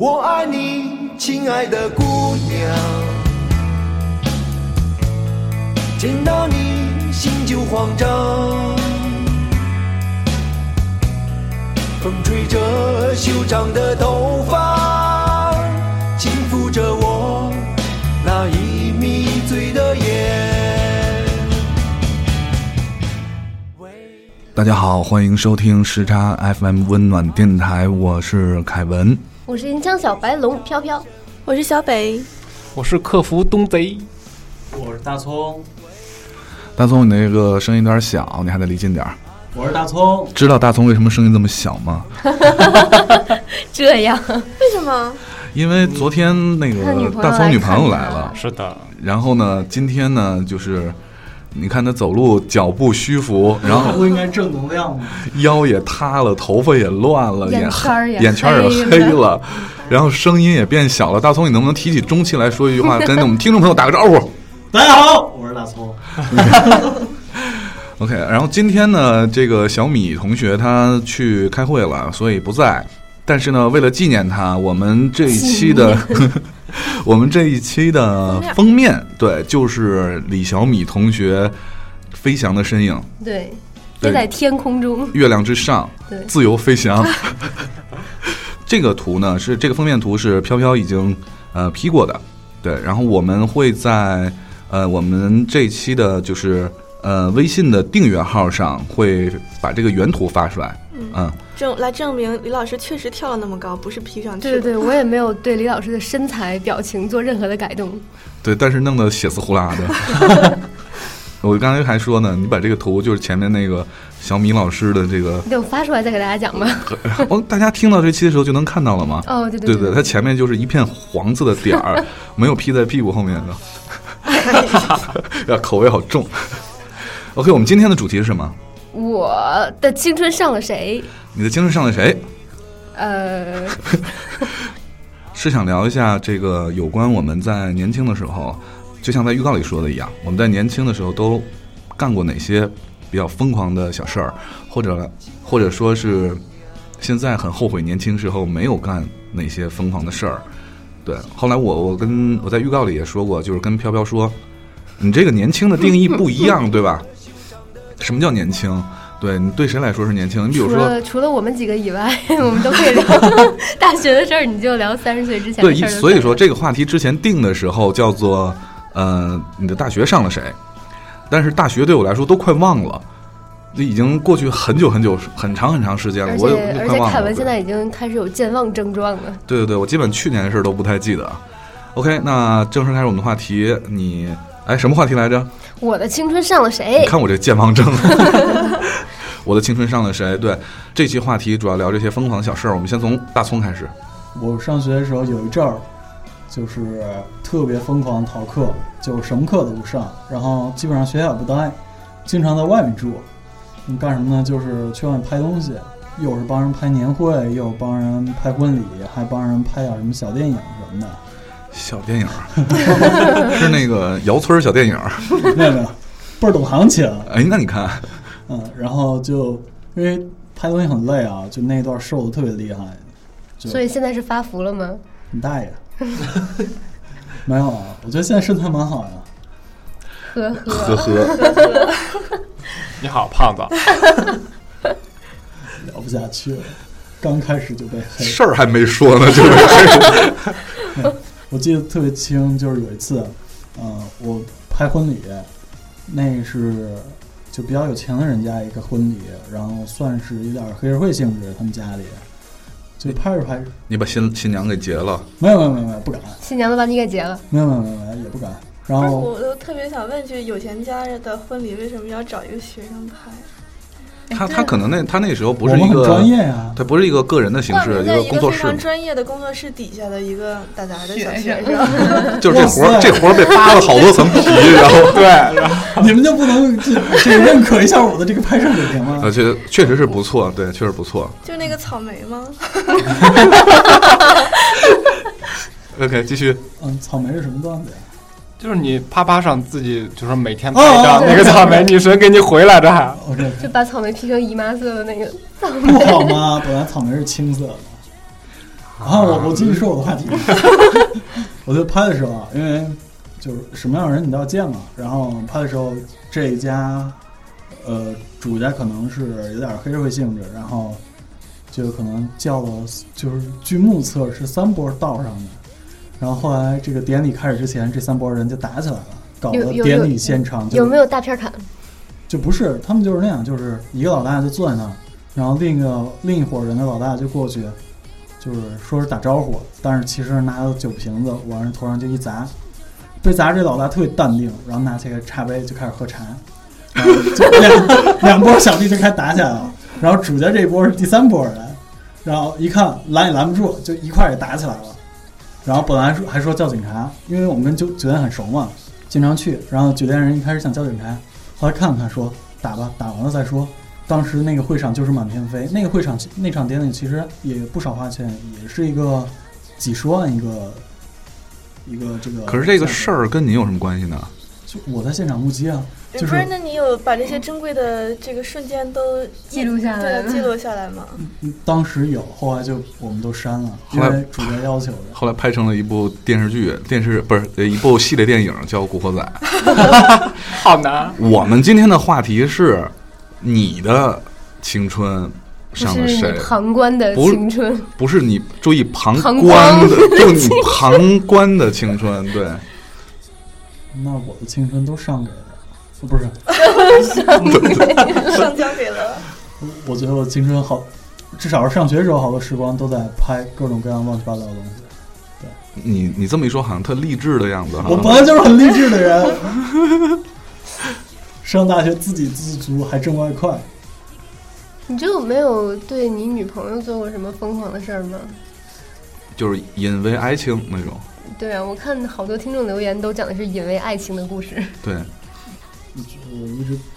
我爱你，亲爱的姑娘，见到你心就慌张，风吹着修长的头发，轻抚着我那已迷醉的眼。 大家好，欢迎收听时差 FM 温暖电台，我是凯文， 我是银枪小白龙飘飘， 我是小北， 我是客服东贼， 我是大葱。 大葱，你那个声音有点小，你还得离近点。 我是大葱。 知道大葱为什么声音这么小吗？ 这样？ 为什么？ 因为昨天那个大葱女朋友来了， 是的。 然后呢，今天呢，就是你看他走路脚步虚浮，然后不应该正能量吗？ 腰也塌了，头发也乱了，眼圈也黑了，然后声音也变小了。大葱，你能不能提起中气来说一句话，跟我们听众朋友打个招呼？ 大家好，我是大葱。 OK， 然后今天呢，这个小米同学他去开会了，所以不在。但是呢，为了纪念他，我们这一期的封面，对，就是李小米同学飞翔的身影， 对，飞在天空中， 月亮之上，对，自由飞翔。这个图呢，是这个封面图是飘飘已经P 过的，对，然后我们会在我们这一期的微信的订阅号上会把这个原图发出来， 来证明李老师确实跳了那么高，不是 P 上去的。 对对对，我也没有对李老师的身材表情做任何的改动。 对，但是弄得血丝呼啦的。我刚才还说呢，你把这个图就是前面那个小米老师的这个， 你等我发出来再给大家讲吧。 大家听到这期的时候就能看到了吗？ 哦，对对对， 它前面就是一片黄色的点儿，没有披在屁股后面的。口味好重。OK， 我们今天的主题是什么？ 我的青春上了谁？ 你的青春上了谁？是想聊一下这个有关我们在年轻的时候，就像在预告里说的一样，我们在年轻的时候都干过哪些比较疯狂的小事儿，或者说是现在很后悔年轻时候没有干哪些疯狂的事儿。对，后来我在预告里也说过，就是跟飘飘说，你这个年轻的定义不一样，对吧？什么叫年轻？对，你对谁来说是年轻？你比如说， 除了我们几个以外，我们都可以聊大学的事儿，你就聊30岁之前的事儿。 对，所以说这个话题之前定的时候叫做你的大学上了谁？但是大学对我来说都快忘了，已经过去很久很久很长时间了，我也快忘了。 而且凯文现在已经开始有健忘症状了。 对对对，我基本去年的事都不太记得。OK， 那正式开始我们的话题，什么话题来着？ 我的青春上了谁？ 你看我这健忘症。我的青春上了谁？对，这期话题主要聊这些疯狂的小事儿。我们先从大葱开始。 我上学的时候有一阵儿，就是特别疯狂逃课，就什么课都不上，然后基本上学校也不待，经常在外面住。你干什么呢？就是去外面拍东西，又是帮人拍年会，又帮人拍婚礼，还帮人拍点什么小电影什么的。 小电影是那个姚村小电影， 没有倍儿懂行情。 哎，那你看， 然后就因为拍东西很累啊，就那段瘦的特别厉害。 所以现在是发福了吗？ 你大爷！没有啊，我觉得现在身材蛮好呀。 呵呵。 你好，胖子。 聊不下去了，刚开始就被黑， 事儿还没说呢就被黑。 我记得特别清，就是有一次，我拍婚礼，那是就比较有钱的人家一个婚礼，然后算是有点黑社会性质，他们家里就拍着拍着， 你把新娘给劫了？ 没有，不敢。 新娘都把你给劫了？ 没有，也不敢。然后我都特别想问，就是有钱家的婚礼为什么要找一个学生拍？ 他可能他那时候不是一个专业呀， 他不是一个个人的形式，一个工作室， 非常专业的工作室底下的一个大家的小学生， 就是这活被扒了好多层皮，然后然后你们就不能这认可一下我的这个拍摄水平吗？ 确实是不错，对，确实不错。 就那个草莓吗 ？OK， 继续。 草莓是什么段子呀？ 就是你啪啪上自己就是每天拍一张那个草莓女神给你回来着还就把草莓 P 成姨妈色的那个草莓不好吗？本来草莓是青色的。 然后我继续说我的话题。我就拍的时候啊，因为就是什么样的人你都要见嘛，然后拍的时候这一家主家可能是有点黑社会性质，然后就可能叫了，就是据目测是3波到上的，然后后来这个典礼开始之前，这3波人就打起来了，搞得典礼现场有没有大片砍？ 就不是，他们就是那样，就是一个老大就坐在那儿，然后另一伙人的老大就过去，就是说是打招呼，但是其实拿着酒瓶子往人头上就一砸，被砸这老大特别淡定，然后拿起个茶杯就开始喝茶，然后就两波小弟就开始打起来了，然后主家这一波是第3波人，然后一看拦也拦不住，就一块也打起来了。然后本来还说叫警察，因为我们跟酒店很熟嘛，经常去，然后酒店人一开始想叫警察，后来看了看说打吧，打完了再说。当时那个会场就是满天飞，那个会场那场典礼其实也不少花钱，也是一个几十万一个这个。 可是这个事儿跟你有什么关系呢？ 就我在现场目击啊，就是不是？那你有把这些珍贵的这个瞬间都记录下来？ 对，记录下来吗？ 当时有，后来就我们都删了，因为主角要求的。 后来拍成了一部电视剧，不是一部系列电影，叫《古惑仔》。 好难。 我们今天的话题是你的青春上了谁？ 旁观的青春， 不是你注意旁观的，就你旁观的青春，对。 那我的青春都上给了，不是上交给了。 我觉得我青春好，至少是上学时候好多时光都在拍各种各样乱七八糟的东西。 对，你这么一说，好像特励志的样子。 我本来就是很励志的人。上大学自给自足，还挣外快。 你就没有对你女朋友做过什么疯狂的事儿吗？ 就是因为爱情那种。 对啊，我看好多听众留言都讲的是因为爱情的故事。 对， 我一直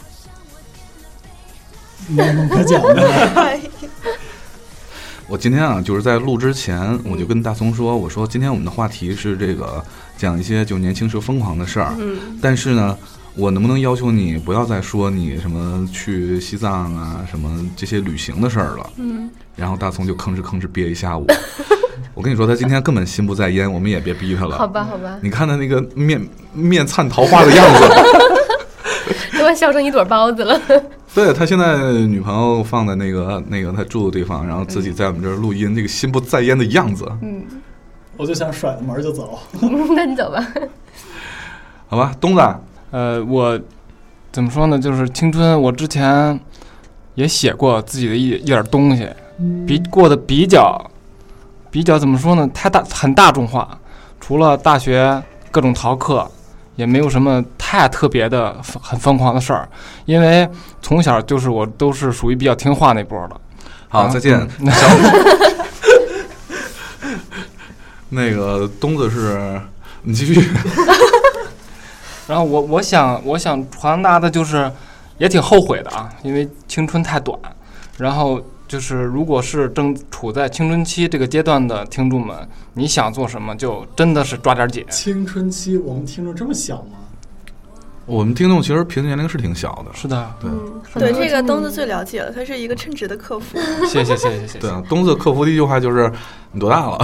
没什么可讲的。 我今天啊，就是在录之前，我就跟大葱说，我说今天我们的话题是这个讲一些就年轻时疯狂的事儿，但是呢，我能不能要求你不要再说你什么去西藏啊什么这些旅行的事儿了？然后大葱就吭哧憋一下午。我跟你说，他今天根本心不在焉，我们也别逼他了。 好吧，好吧。 你看他那个面灿桃花的样子， 都快笑成一朵包子了。 对，他现在女朋友放在那个他住的地方，然后自己在我们这儿录音，这个心不在焉的样子。 我就想甩了门就走。 那你走吧。 好吧，东子。 我怎么说呢？就是青春，我之前也写过自己的一点东西，过得比较怎么说呢？很大众化，除了大学各种逃课，也没有什么太特别的很疯狂的事儿。因为从小就是我都是属于比较听话那波的。 好，再见。那个东子是，你继续。 然后我想传达的就是，也挺后悔的啊，因为青春太短。然后就是，如果是正处在青春期这个阶段的听众们，你想做什么就真的是抓点紧。 青春期，我们听众这么小吗？ 我们听众其实平均年龄是挺小的。 是的， 对，这个东子最了解了，他是一个称职的客服。 谢谢。 对啊，东子客服的一句话就是：“你多大了？”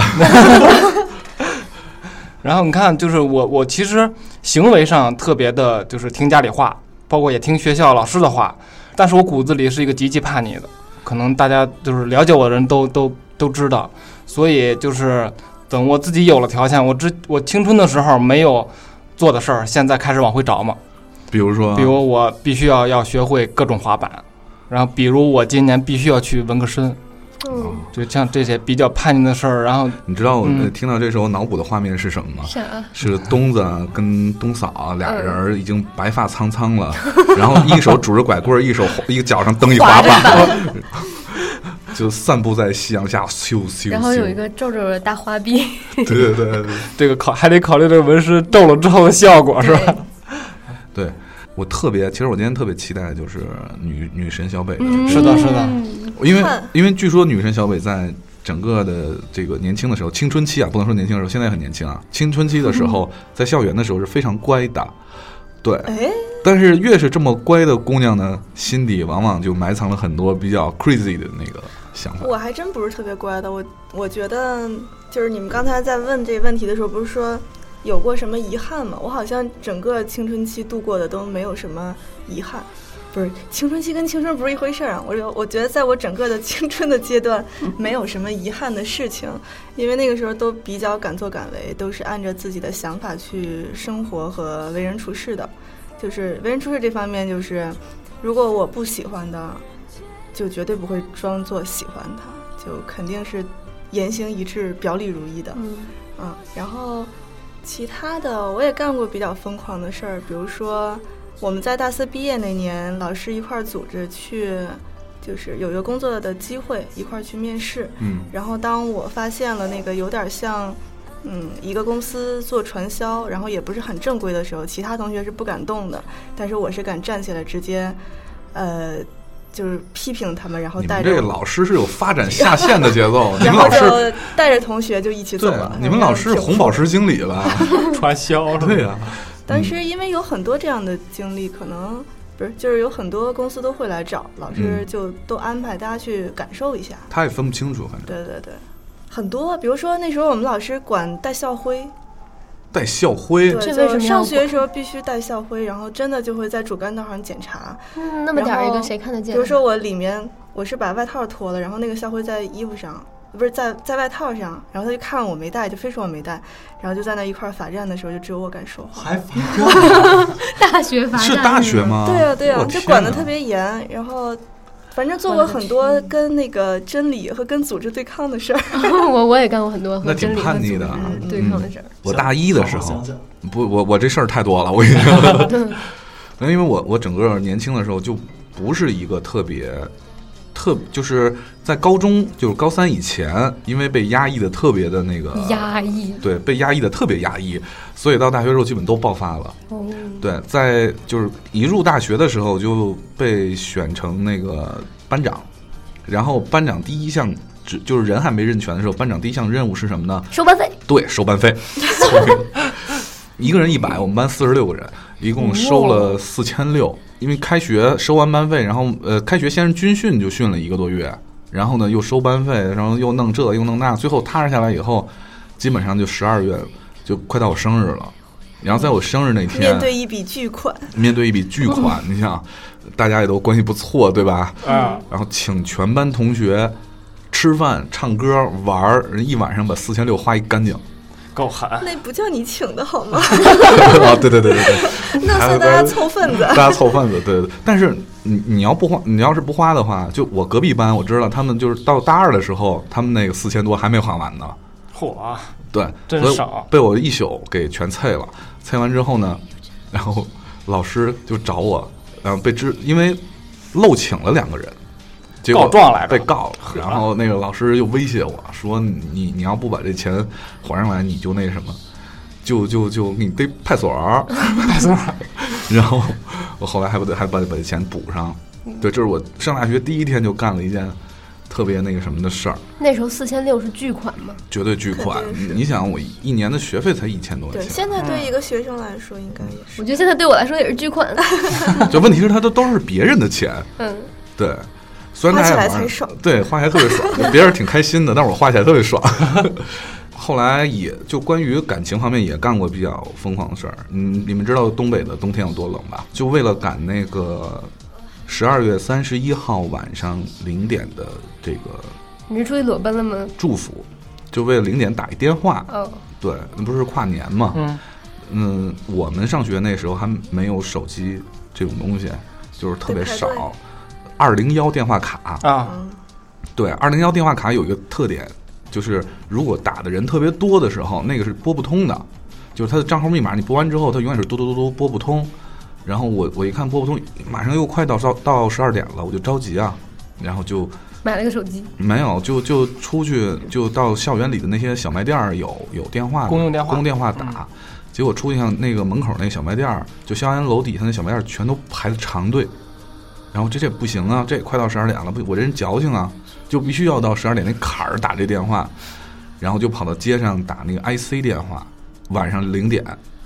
然后你看，就是我其实行为上特别的，就是听家里话，包括也听学校老师的话，但是我骨子里是一个极其叛逆的，可能大家就是了解我的人都知道，所以就是等我自己有了条件，我青春的时候没有做的事儿，现在开始往回找嘛。比如我必须要学会各种滑板，然后比如我今年必须要去纹个身。就像这些比较叛逆的事儿，然后你知道我听到这时候脑补的画面是什么吗？是东子跟东嫂俩人已经白发苍苍了，然后一手拄着拐棍，一个脚上蹬一滑板，就散步在夕阳下，咻咻。 然后有一个皱皱的大花臂。 对， 这个还得考虑这个纹身皱了之后的效果，是吧？ 对。其实我今天特别期待的就是女神小北的。 是的。 因为据说女神小北在整个的这个年轻的时候，青春期啊，不能说年轻的时候，现在很年轻啊。青春期的时候，在校园的时候是非常乖的，对， 但是越是这么乖的姑娘呢，心底往往就埋藏了很多比较 crazy 的那个想法。 我还真不是特别乖的，我觉得就是你们刚才在问这个问题的时候，不是说有过什么遗憾吗？我好像整个青春期度过的都没有什么遗憾。不是，青春期跟青春不是一回事啊！我觉得在我整个的青春的阶段，没有什么遗憾的事情，因为那个时候都比较敢作敢为，都是按照自己的想法去生活和为人处事的。就是为人处事这方面，就是如果我不喜欢的，就绝对不会装作喜欢他，就肯定是言行一致、表里如一的。然后其他的我也干过比较疯狂的事儿，比如说我们在大四毕业那年，老师一块儿组织去，就是有一个工作的机会，一块儿去面试。然后当我发现了那个有点像，一个公司做传销，然后也不是很正规的时候，其他同学是不敢动的，但是我是敢站起来直接，就是批评他们，然后带着。 你们这个老师是有发展下线的节奏， 然后就带着同学就一起走了。 你们老师是红宝石经理吧？ 传销。 对呀。 但是因为有很多这样的经历，可能不是，就是有很多公司都会来找老师，就都安排大家去感受一下。 他也分不清楚，反正。 对对对，很多，比如说那时候我们老师管带校徽。 带校徽？ 对，就上学的时候必须带校徽，然后真的就会在主干道上检查。 那么点一个谁看得见？ 比如说我是把外套脱了，然后那个校徽在衣服上。不是在外套上，然后他就看我没带，就非说我没带，然后就在那一块罚站的时候，就只有我敢说话。 还罚站？ 大学罚站是大学吗？ 对啊，就管得特别严。然后，反正做过很多跟那个真理和跟组织对抗的事儿。 我也干过很多和真理和组织对抗的事儿。 我大一的时候，我这事儿太多了，我跟你说。因为我整个年轻的时候就不是一个就是在高中，就是高三以前，因为被压抑的特别的那个压抑， 对，被压抑的特别压抑，所以到大学时候基本都爆发了。对，在就是一入大学的时候就被选成那个班长，然后班长第一项就是人还没认全的时候，班长第一项任务是什么呢？ 收班费。 对，收班费。一个人100，我们班46个人，一共收了4600。因为开学收完班费，然后开学先是军训，就训了1个多月，然后呢又收班费，然后又弄这又弄那，最后踏实下来以后，基本上就12月就快到我生日了。然后在我生日那天， 面对一笔巨款， 你想大家也都关系不错，对吧？然后请全班同学吃饭、唱歌、玩，一晚上把4600花一干净。 够狠！ 那不叫你请的好吗？ 哦，对， 那算大家凑份子。 对。但是你要是不花的话，就我隔壁班我知道他们就是到大2的时候，他们那个4000多还没花完呢。 嚯， 对， 真少， 被我一宿给全啐了。啐完之后呢，然后老师就找我，然后因为漏请了2个人。结果告状来着， 被告了，然后那个老师又威胁我说你要不把这钱还上来，你就那什么，就给你逮派出所。然后我后来还把这钱补上。对，这是我上大学第一天就干了一件特别那个什么的事儿。 那时候4600是巨款吗？ 绝对巨款。你想，我1年的学费才1000多块钱。 对，现在对一个学生来说应该也是。 我觉得现在对我来说也是巨款。 就问题是他都是别人的钱。对。虽然花起来才爽， 对，花起来特别爽，别人挺开心的，但是我花起来特别爽。后来也就关于感情方面也干过比较疯狂的事儿。你们知道东北的冬天有多冷吧？就为了赶那个12月31号晚上0点的这个， 你是出去裸奔了吗？ 祝福，就为了0点打一电话。对，那不是跨年嘛？我们上学那时候还没有手机这种东西，就是特别少。201电话卡啊， 对，201电话卡有一个特点，就是如果打的人特别多的时候，那个是拨不通的，就是他的账号密码你拨完之后，他永远是嘟嘟嘟嘟拨不通。然后我一看拨不通，马上又快到12点了，我就着急啊，然后就买了个手机， 没有，就出去就到校园里的那些小卖店有电话， 公用电话打。结果出去像那个门口那小卖店，就校园楼底下那小卖店全都排着长队。然后这不行啊，这快到12点了，我这人矫情啊，就必须要到12点那坎儿打这电话，然后就跑到街上打那个 IC 电话，晚上0点，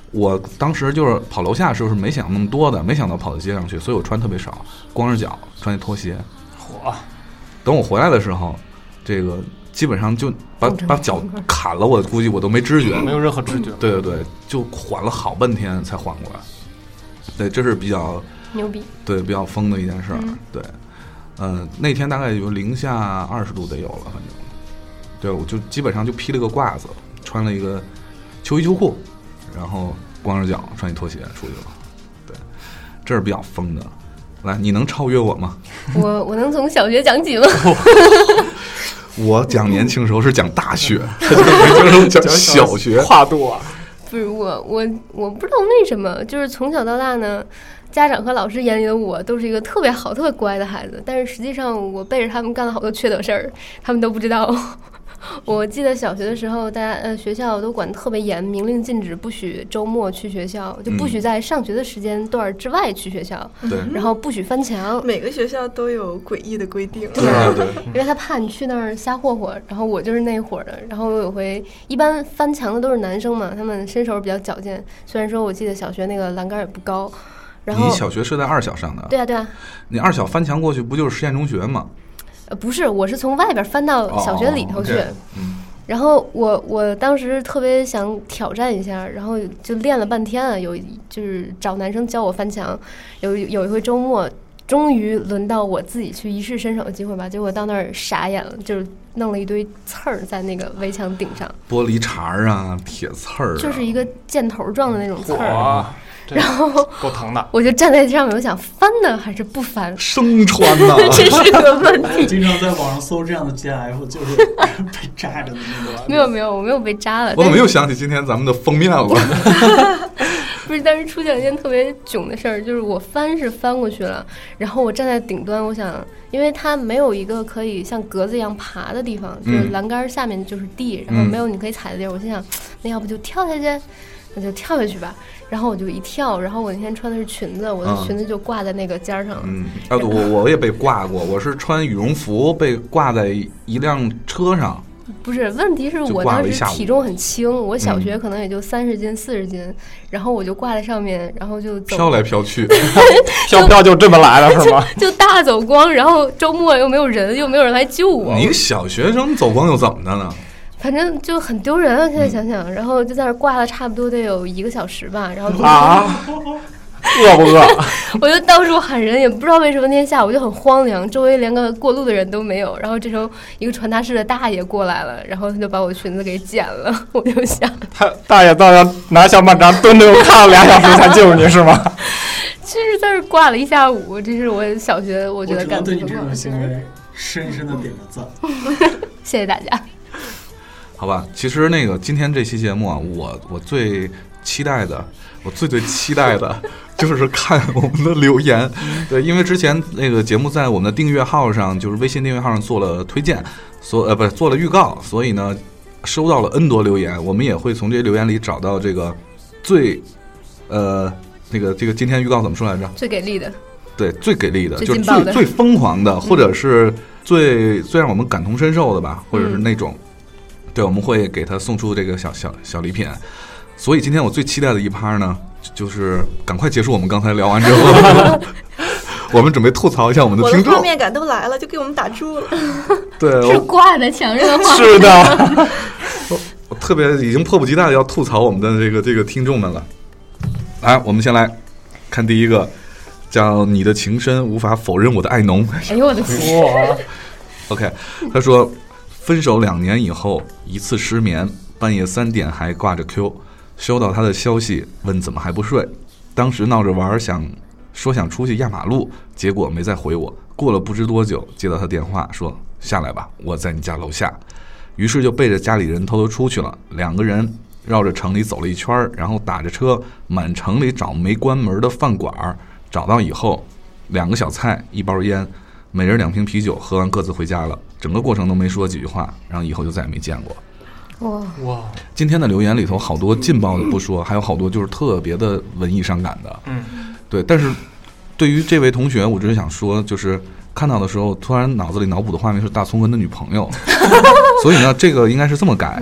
我当时就是跑楼下的时候是没想那么多的，没想到跑到街上去，所以我穿特别少，光着脚穿拖鞋。 嚯！ 等我回来的时候，这个基本上就把脚砍了，我估计我都没知觉， 没有任何知觉。 对对对，就缓了好半天才缓过来。对，这是比较牛逼， 对，比较疯的一件事儿。对，那天大概有零下20度得有了，反正。对，我就基本上就披了个褂子，穿了一个秋衣秋裤，然后光着脚穿一拖鞋出去了。对，这是比较疯的。来，你能超越我吗？ 我能从小学讲起吗？ 我讲年轻时候是讲大学，就是讲小学， 跨度啊。 不是我不知道为什么，就是从小到大呢，家长和老师眼里的我都是一个特别好、特别乖的孩子，但是实际上我背着他们干了好多缺德事儿，他们都不知道。我记得小学的时候，大家学校都管得特别严，明令禁止不许周末去学校，就不许在上学的时间段之外去学校， 对， 然后不许翻墙。 每个学校都有诡异的规定。 对对， 因为他怕你去那儿瞎霍霍，然后我就是那伙的。然后我有回，一般翻墙的都是男生嘛，他们身手比较矫健。虽然说我记得小学那个栏杆也不高，然后你小学是在2小上的？ 对啊对啊， 你2小翻墙过去不就是实验中学吗？ 不是，我是从外边翻到小学里头去。 okay， 然后我当时特别想挑战一下，然后就练了半天啊，就是找男生教我翻墙。有一回周末，终于轮到我自己去一试身手的机会吧，结果到那儿傻眼了，就是弄了一堆刺儿在那个围墙顶上， 玻璃碴啊，铁刺儿， 就是一个箭头状的那种刺儿。然后够疼的， 我就站在上面，我想翻呢还是不翻？ 生穿呢， 这是个问题。 经常在网上搜这样的 GIF， 就是被扎着的那个。 没有，我没有被扎了。 我怎么又想起今天咱们的封面了？ 不是，但是出现了一件特别囧的事儿，就是我翻是翻过去了，然后我站在顶端，我想，因为它没有一个可以像格子一样爬的地方，就是栏杆下面就是地，然后没有你可以踩的地儿，我心想，那要不就跳下去，那就跳下去吧。然后我就一跳，然后我那天穿的是裙子，我的裙子就挂在那个尖上了。 我也被挂过，我是穿羽绒服被挂在一辆车上。 不是，问题是我当时体重很轻，我小学可能也就30斤40斤，然后我就挂在上面，然后就走飘来飘去， 飘就这么来了是吗？ 就大走光，然后周末又没有人，又没有人来救我。 你一个小学生走光又怎么的呢？ 反正就很丢人啊！现在想想，然后就在那儿挂了差不多得有1个小时吧，然后饿不饿？ 我就到处喊人，也不知道为什么那天下午就很荒凉，周围连个过路的人都没有。然后这时候一个传达室的大爷过来了，然后他就把我裙子给剪了。我就想， 大爷到要拿小板杖蹲着又看了2小时才救你是吗？ 就是在这挂了一下午，这是我小学我觉得干对你这种行为深深的点个赞。 谢谢大家。 好吧，其实那个今天这期节目啊，我最期待的，我最期待的就是看我们的留言。对，因为之前那个节目在我们的订阅号上，就是微信订阅号上做了推荐，做了预告，所以呢收到了 N 多留言，我们也会从这些留言里找到这个最这个今天预告怎么说来着？最给力的。对，最给力的，就是最疯狂的，或者是最让我们感同身受的吧，或者是那种。对，我们会给他送出这个小礼品，所以今天我最期待的一趴呢，就是赶快结束我们刚才聊完之后，我们准备吐槽一下我们的听众。 我的画面感都来了，就给我们打住了。 对， 是挂在墙上的画面。 是的，我特别已经迫不及待的要吐槽我们的这个听众们了。来，我们先来看第一个，叫你的情深无法否认我的爱浓。 哎呦我的天 ！OK， 他说。分手2年以后，一次失眠，半夜3点还挂着 Q， 收到他的消息，问怎么还不睡。当时闹着玩，想出去压马路，结果没再回我。过了不知多久，接到他电话说下来吧，我在你家楼下。于是就背着家里人偷偷出去了，2个人绕着城里走了一圈，然后打着车满城里找没关门的饭馆，找到以后2个小菜1包烟，每人2瓶啤酒，喝完各自回家了。整个过程都没说几句话，然后以后就再也没见过。 哇！ 今天的留言里头好多劲爆的不说，还有好多就是特别的文艺伤感的。对。但是对于这位同学，我只是想说，就是看到的时候，突然脑子里脑补的画面是大葱跟他女朋友，所以呢，这个应该是这么改。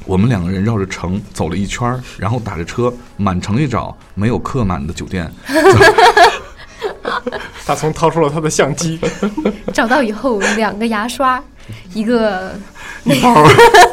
我们2个人绕着城走了一圈，然后打着车满城一找，没有客满的酒店。 大葱掏出了他的相机， 找到以后2个牙刷，一个包。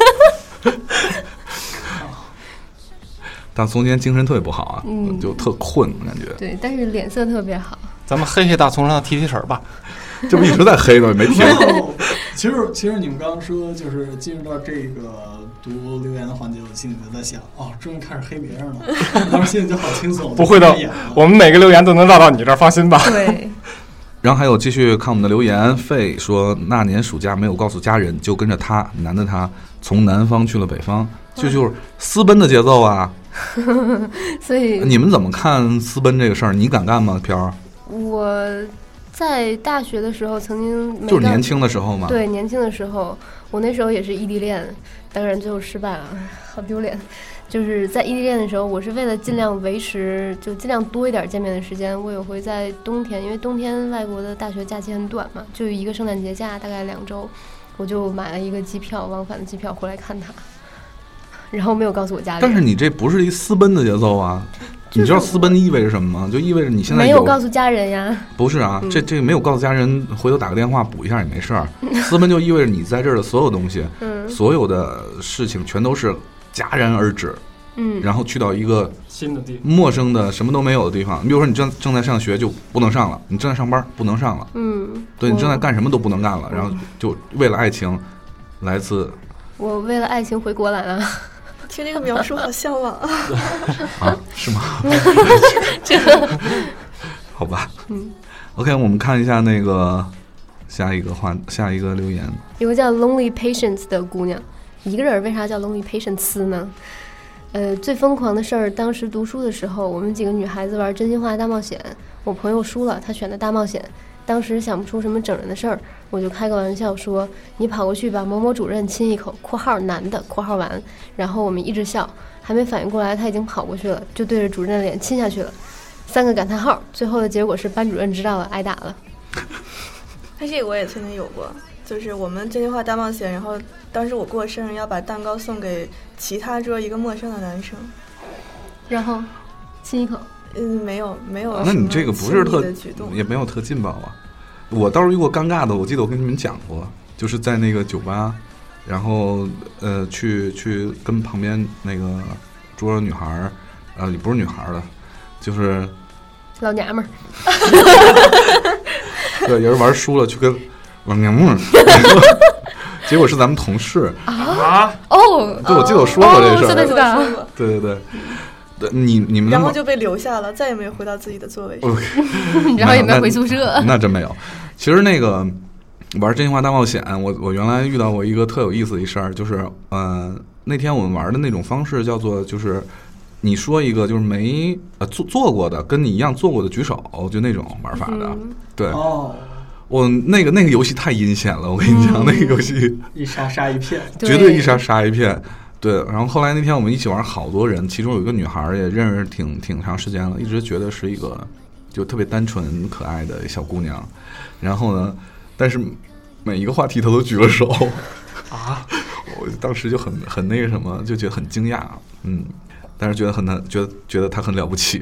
大葱今天精神特别不好啊，就特困感觉。 对，但是脸色特别好。 咱们黑大葱，让他提神吧。 这不一直在黑呢，没听。 其实你们刚刚说就是进入到这个读留言的环节，我心里就在想，终于开始黑别人了，当时心里就好轻松。 不会的，我们每个留言都能绕到你这儿，放心吧。 对。 然后还有继续看我们的留言，费说那年暑假没有告诉家人，就跟着他男的他从南方去了北方，就是私奔的节奏啊。 所以你们怎么看私奔这个事儿？你敢干吗，飘儿？ 我在大学的时候曾经就是年轻的时候嘛。 对，年轻的时候，我那时候也是异地恋，当然最后失败了，好丢脸。就是在异地恋的时候，我是为了尽量维持，就尽量多一点见面的时间，我也会在冬天，因为冬天外国的大学假期很短嘛，就一个圣诞节假，大概2周，我就买了一个机票，往返的机票回来看他，然后没有告诉我家里。 但是你这不是一私奔的节奏啊！你知道私奔意味着什么吗？就意味着你现在没有告诉家人呀。 不是啊，这个没有告诉家人，回头打个电话补一下也没事儿。私奔就意味着你在这儿的所有东西，所有的事情全都是戛然而止。然后去到一个新的地方， 陌生的什么都没有的地方。你比如说，你正在上学就不能上了，你正在上班不能上了，对你正在干什么都不能干了，然后就为了爱情，来自我为了爱情回国来了。 听这个描述好向往啊！ 啊，是吗？好吧，OK， 我们看一下那个下一个留言， 有个叫 Lonely Patience 的姑娘，一个人为啥叫 Lonely Patience 呢？最疯狂的事儿，当时读书的时候，我们几个女孩子玩真心话大冒险，我朋友输了，他选的大冒险，当时想不出什么整人的事儿，我就开个玩笑说，你跑过去把某某主任亲一口（括号男的）（括号完），然后我们一直笑，还没反应过来他已经跑过去了，就对着主任的脸亲下去了，3个感叹号，最后的结果是班主任知道了，挨打了。 这个我也曾经有过，就是我们真心话大冒险，然后当时我过生日要把蛋糕送给其他桌一个陌生的男生， 然后亲一口。 没有。 那你这个不是特也没有特劲爆啊？我倒是遇过尴尬的，我记得我跟你们讲过，就是在那个酒吧，然后去跟旁边那个桌的女孩儿，也不是女孩了，就是老娘们儿。 对，也是玩输了去跟老娘们儿，结果是咱们同事啊！ 哦， 对，我记得我说过这事儿， 知道。 对。你们然后就被留下了，再也没有回到自己的座位上， 然后也没有回宿舍。 那真没有。其实那个玩真心话大冒险，我原来遇到过一个特有意思的一事儿，就是那天我们玩的那种方式叫做就是你说一个就是没做过的跟你一样做过的举手，就那种玩法的。对。我那个游戏太阴险了，我跟你讲，那个游戏一杀杀一片， 绝对一杀杀一片。对，然后后来那天我们一起玩，好多人，其中有一个女孩也认识挺长时间了，一直觉得是一个就特别单纯可爱的小姑娘。然后呢，但是每一个话题她都举了手啊，我当时就很那个什么，就觉得很惊讶，但是觉得她很了不起。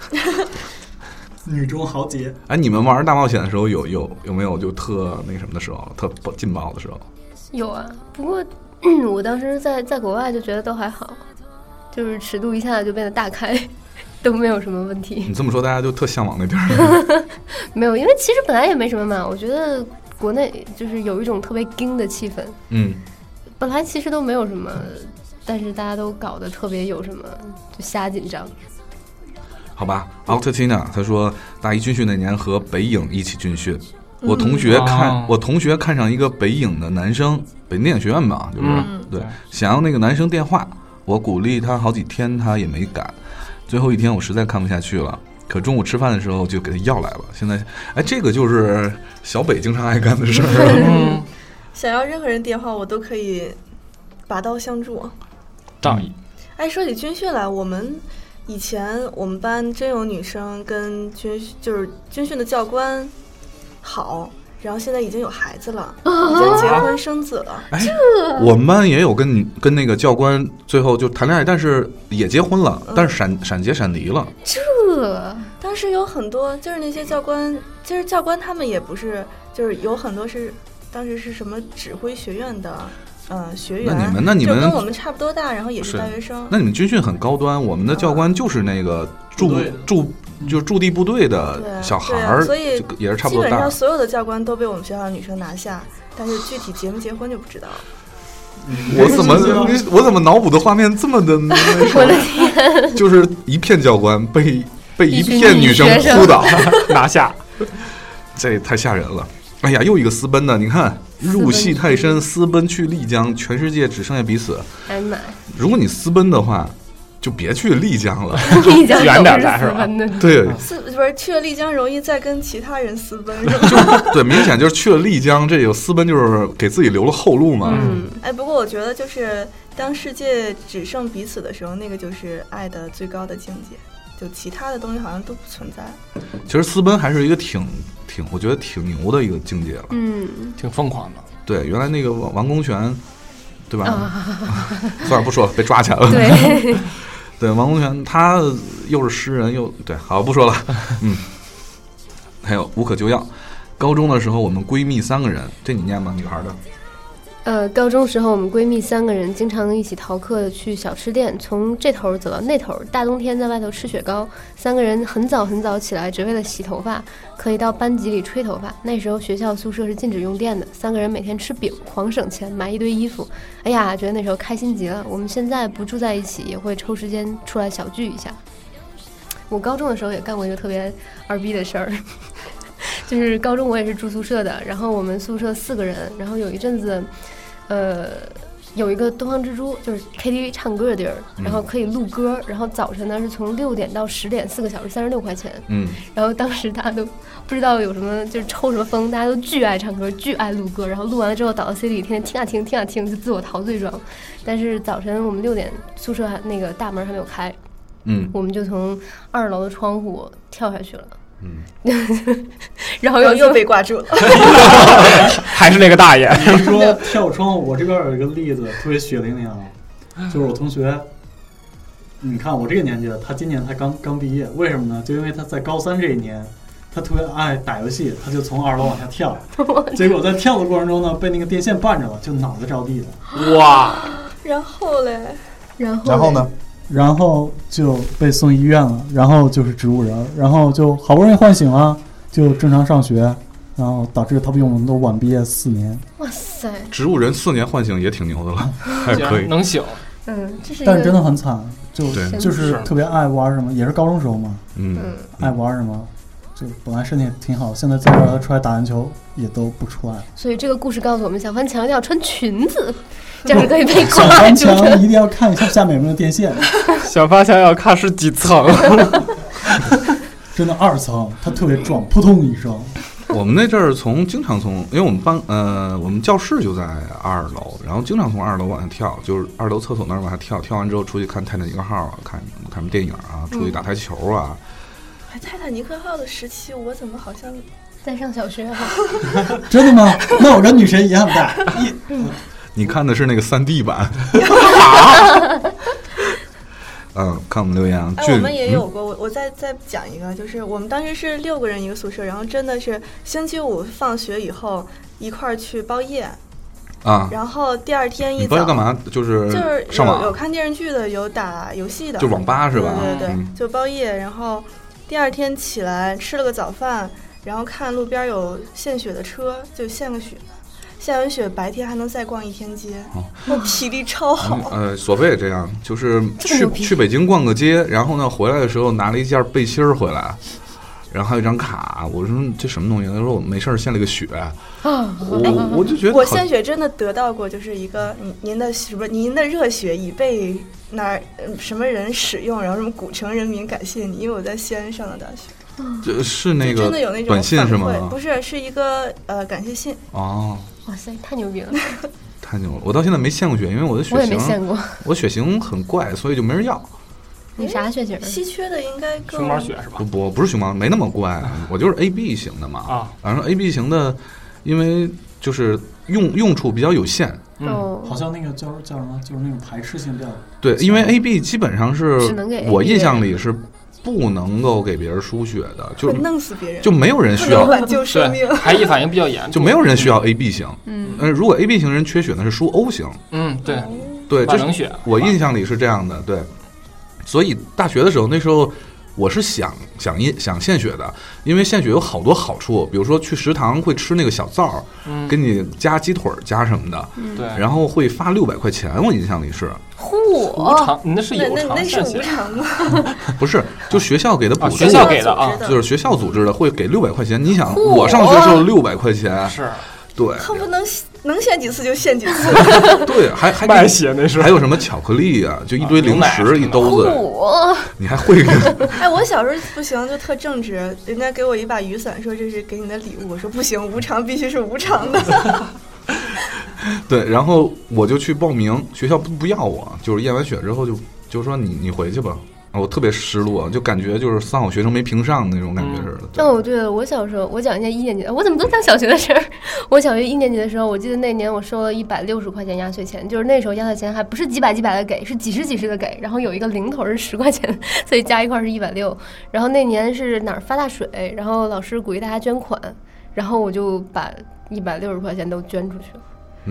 女中豪杰。 哎，你们玩大冒险的时候有没有就特那什么的时候，特劲爆的时候？ 有啊，不过我当时在国外就觉得都还好，就是尺度一下就变得大开，都没有什么问题。 你这么说，大家就特向往那边儿。 没有，因为其实本来也没什么嘛。我觉得国内就是有一种特别惊的气氛。本来其实都没有什么，但是大家都搞得特别有什么，就瞎紧张。 好吧 ，Altina 他说大一军训那年和北影一起军训。我同学看上一个北影的男生，北电影学院吧，就是对，想要那个男生电话，我鼓励他好几天，他也没敢。最后一天我实在看不下去了，可中午吃饭的时候就给他要来了。现在，这个就是小北经常爱干的事儿。 想要任何人电话，我都可以拔刀相助， 仗义。 说起军训来，以前我们班真有女生跟军训的教官好， 然后现在已经有孩子了，已经结婚生子了。 哎，我们班也有跟那个教官最后就谈恋爱，但是也结婚了，但是闪结闪离了。 当时有很多就是那些教官，就是教官他们也不是，就是有很多是当时是什么指挥学院的学员。 那你们就跟我们差不多大，然后也是大学生。 那你们军训很高端，我们的教官就是那个就是驻地部队的小孩儿， 所以也是差不多大。 基本上所有的教官都被我们学校的女生拿下，但是具体结没结婚就不知道了。 我怎么脑补的画面这么的？ 我的天！ 就是一片教官被一片女生扑倒拿下， 这太吓人了。哎呀，又一个私奔的，你看入戏太深，私奔去丽江，全世界只剩下彼此。 哎妈！ 如果你私奔的话，就别去丽江了， 丽江远点来是吧？ 对， 不是去了丽江容易再跟其他人私奔，是吧？对，明显就是去了丽江，这有私奔就是给自己留了后路嘛。 哎，不过我觉得就是当世界只剩彼此的时候，那个就是爱的最高的境界。就其他的东西好像都不存在。 其实私奔还是一个我觉得挺牛的一个境界了， 挺疯狂的。 对，原来那个王功权，对吧？算了，不说了，被抓起来了。 对， 对，王功权他又是诗人又对，好不说了。还有无可救药。高中的时候，我们闺蜜3个人，这你念吗？女孩的。 高中时候我们闺蜜3个人经常一起逃课去小吃店，从这头走到那头，大冬天在外头吃雪糕，3个人很早很早起来，只为了洗头发，可以到班级里吹头发。那时候学校宿舍是禁止用电的，3个人每天吃饼，狂省钱，买一堆衣服。哎呀，觉得那时候开心极了。我们现在不住在一起，也会抽时间出来小聚一下。我高中的时候也干过一个特别二逼的事儿。就是高中我也是住宿舍的，然后我们宿舍4个人，然后有一阵子有一个东方之珠，就是 KTV 唱歌的地儿，然后可以录歌，然后早晨呢是从6点到10点，4个小时36块钱。然后当时大家都不知道有什么，就是抽什么风，大家都巨爱唱歌，巨爱录歌，然后录完了之后倒到 CD 里，天天听啊听，听啊听，就自我陶醉状。但是早晨我们6点宿舍那个大门还没有开，我们就从2楼的窗户跳下去了。然后又被挂住了。 还是那个大爷。 你说跳窗户，我这边有一个例子特别血淋淋啊，就是我同学，你看我这个年纪了，他今年才刚毕业，为什么呢？就因为他在高3这一年，他特别爱打游戏，他就从2楼往下跳，结果在跳的过程中呢，被那个电线绊着了，就脑袋着地了。 哇！ 然后嘞？ 然后呢？ 然后就被送医院了，然后就是植物人，然后就好不容易唤醒了，就正常上学，然后导致他比我们都晚毕业4年。 哇塞！ 植物人4年唤醒也挺牛的了，还可以能醒。 但是真的很惨，就是特别爱玩什么，也是高中时候嘛，爱玩什么，就本来身体挺好，现在再让他出来打篮球也都不出来。 所以这个故事告诉我们，小翻墙一定要穿裙子。这样可以被小翻墙一定要看一下下面有没有电线。 小翻墙要看是几层。 真的2层，它特别壮，扑通一声。 我们那阵儿经常从，因为我们班我们教室就在2楼，然后经常从2楼往下跳，就是2楼厕所那儿往下跳，跳完之后出去看泰坦尼克号啊，看什么电影啊，出去打台球啊。 泰坦尼克号的时期，我怎么好像在上小学啊？ 真的吗？那我跟女神一样大。 你看的是那个3D 版。看我们留言啊。 我们也有过，我再讲一个，就是我们当时是6个人一个宿舍，然后真的是星期5放学以后一块儿去包夜啊， 然后第2天一早包夜干嘛？就是上网， 有看电视剧的，有打游戏的， 就网吧是吧？ 对，就包夜，然后第2天起来吃了个早饭，然后看路边有献血的车，就献个血。下完雪白天还能再逛1天街，我体力超好。 索菲也这样，就是去北京逛个街，然后呢回来的时候拿了一件背心回来，然后还有一张卡。我说这什么东西？他说我没事献了个血。我就觉得我献血真的得到过，就是一个您的热血已被什么人使用，然后什么古城人民感谢你，因为我在西安上的大学。 就是那个真的有那种短信是吗？ 不是，是一个感谢信。 哦， 哇塞，太牛逼了！ 太牛了！我到现在没献过血，因为我的血型， 我也没献过， 我血型很怪，所以就没人要。 你啥血型？ 稀缺的应该更熊猫血是吧？ 不是熊猫，没那么怪，我就是 AB 型的嘛。然后 AB 型的， 因为就是用处比较有限。 哦， 好像那个叫什么，就是那种排斥性比较。 对，因为 AB 基本上是只能给 AB 我印象里是不能够给别人输血的，就会弄死别人， 就没有人需要不能挽救生命。 排异反应比较严重， 就没有人需要 AB 型。 嗯， 如果 AB 型人缺血呢，是输 O 型。 对对，这冷血。 我印象里是这样的，对。所以大学的时候，那时候我是想献血的，因为献血有好多好处，比如说去食堂会吃那个小灶，给你加鸡腿加什么的， 对， 然后会发600块钱，我印象里是。 无偿，你那是有偿那是献血， 无偿吗？ 不是，就学校给的补助， 学校给的啊， 就是学校组织的，会给600块钱。你想，我上学时候600块钱， 是， 对， 恨不能献几次就献几次。 对，还卖血那是， 还有什么巧克力啊，就一堆零食一兜子，你还会？ 哎，我小时候不行，就特正直，人家给我一把雨伞，说这是给你的礼物，我说不行，无偿必须是无偿的。 对，然后我就去报名，学校不要我，就是验完血之后就说你回去吧。我特别失落，就感觉就是三好学生没评上那种感觉似的。 哦，对了，我小时候我讲一下1年级的，我怎么都讲小学的事儿？我小学1年级的时候，我记得那年我收了160块钱压岁钱，就是那时候压岁钱还不是几百的给，是几十的给，然后有一个零头是10块钱，所以加一块是160。然后那年是哪儿发大水，然后老师鼓励大家捐款，然后我就把160块钱都捐出去了。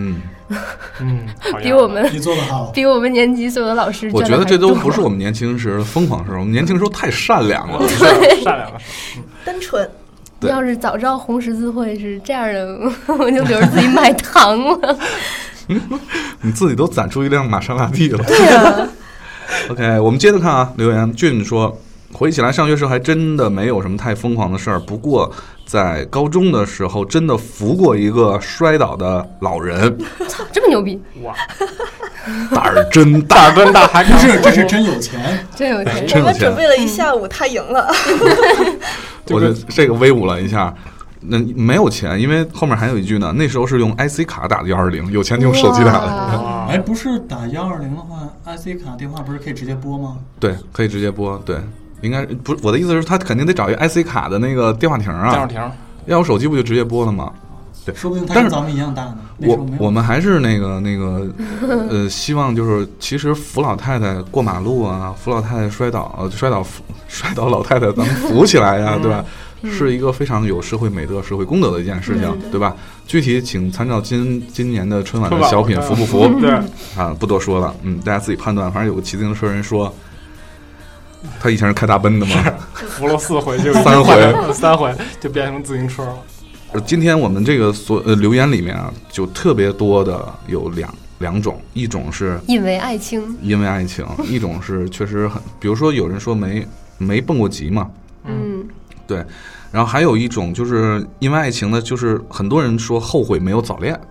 比我们你做得好， 比我们年级所有的老师， 我觉得这都不是我们年轻时的疯狂时候，我们年轻时候太善良了， 善良了， 单纯。 要是早知道红十字会是这样的，我就留着自己买糖了。 你自己都攒出一辆玛莎拉蒂了。 对啊。 OK， 我们接着看啊，留言俊说。回忆起来，上学时还真的没有什么太疯狂的事儿。不过，在高中的时候，真的扶过一个摔倒的老人。 操，这么牛逼！ 哇， 胆儿真大， 还不是，这是真有钱， 真有钱。 我们准备了一下午，他赢了。 我觉得这个威武了一下。那没有钱，因为后面还有一句呢。那时候是用 IC 卡打的120，有钱就用手机打的。 哎，不是打120的话 ，IC 卡电话不是可以直接拨吗？ 对，可以直接拨。对。应该不，我的意思是，他肯定得找一个 IC 卡的那个电话亭啊。 电话亭要有手机不就直接拨了吗？对， 说不定他跟咱们一样大呢。 我们还是那个希望就是其实扶老太太过马路啊，扶老太太摔倒老太太咱们扶起来呀，对吧？是一个非常有社会美德、社会公德的一件事情，对吧？具体请参照今年的春晚的小品扶不扶？ 对啊，不多说了，大家自己判断。反正有个骑自行车人说。他以前是开大奔的吗？ 扶了4回就3回就变成自行车了。 今天我们这个留言里面啊，就特别多的有两种，一种是因为爱情， 一种是确实很，比如说有人说没蹦过极嘛，对，然后还有一种就是因为爱情的，就是很多人说后悔没有早恋，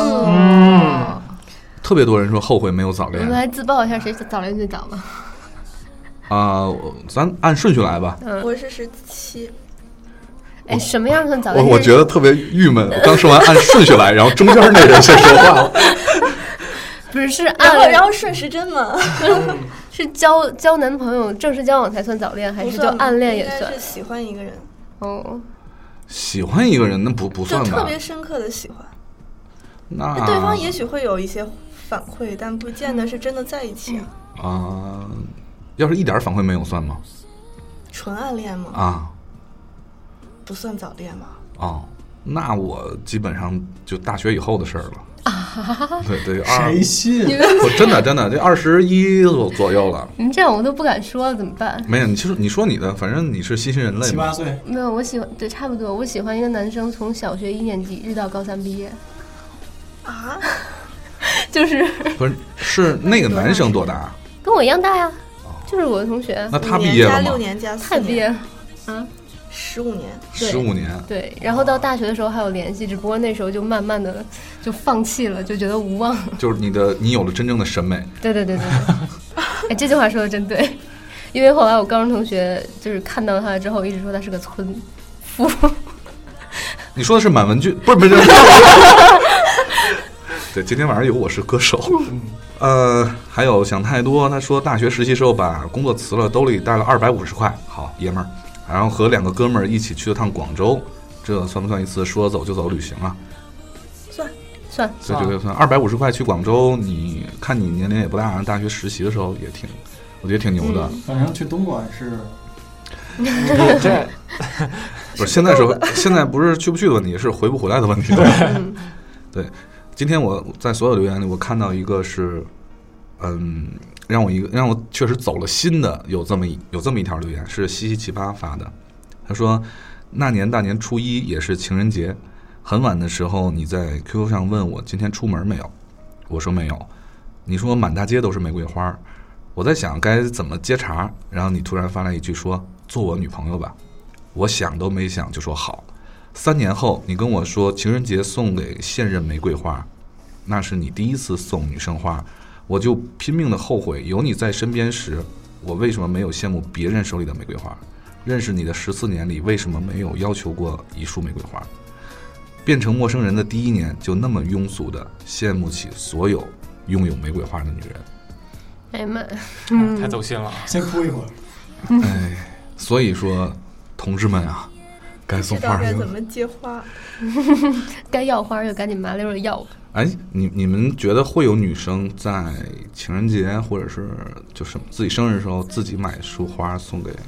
特别多人说后悔没有早恋。 我们来自曝一下谁早恋最早吧。 咱按顺序来吧。 我是17。 哎，什么样算早恋？ 我觉得特别郁闷。我刚说完按顺序来，然后中间那人先说话了。 不是然后顺时针吗？ 是交男朋友正式交往才算早恋，还是就暗恋也算？ 应该是喜欢一个人。 哦， 喜欢一个人那不算吧？ 就特别深刻的喜欢。 那对方也许会有一些反馈，但不见得是真的在一起啊。要是一点反馈没有算吗？ 纯暗恋吗？ 啊， 不算早恋吧？ 哦，那我基本上就大学以后的事儿了。对， 谁信？ 我真的这21左右了。 您这样我都不敢说了，怎么办？ 没有，你说你的，反正你是新兴人类嘛。 7、8岁。 没有，我喜欢，对，差不多。我喜欢一个男生，从小学1年级一直到高3毕业。 啊？ 就是是那个男生多大？ 跟我一样大呀。就是我的同学。 那他毕业了吗？ 6年加4年， 他毕业了啊 ，15年 ，15年。 对，然后到大学的时候还有联系，只不过那时候就慢慢的就放弃了，就觉得无望。 就是你有了真正的审美。 对。哎，这句话说的真对，因为后来我高中同学就是看到他之后，一直说他是个村夫。 你说的是满文军？不是。对，今天晚上有《我是歌手》。还有想太多。他说大学实习时候把工作辞了，兜里带了250块，好爷们儿。然后和2个哥们儿一起去了趟广州，这算不算一次说走就走旅行啊？ 算。 所以这个算250块去广州，你看你年龄也不大，大学实习的时候也挺，我觉得挺牛的。 反正去东莞是。 这不是现在不是去不去的问题，是回不回来的问题。对，今天我在所有留言里，我看到一个是，让我确实走了心的，有这么一条留言，是西西奇葩发的。他说，那年大年初一也是情人节，很晚的时候你在 QQ 上问我今天出门没有，我说没有，你说满大街都是玫瑰花，我在想该怎么接茬，然后你突然发来一句说做我女朋友吧，我想都没想就说好。3年后你跟我说情人节送给现任玫瑰花，那是你第一次送女生花，我就拼命的后悔有你在身边时我为什么没有羡慕别人手里的玫瑰花，认识你的14年里为什么没有要求过一束玫瑰花，变成陌生人的第1年就那么庸俗的羡慕起所有拥有玫瑰花的女人。 哎呀妈， 太走心了， 先哭一会儿。 哎，所以说同志们啊，该送花该怎么接花， 该要花就赶紧麻溜的要。 哎，你们觉得会有女生在情人节或者是就是自己生日的时候自己买束花送给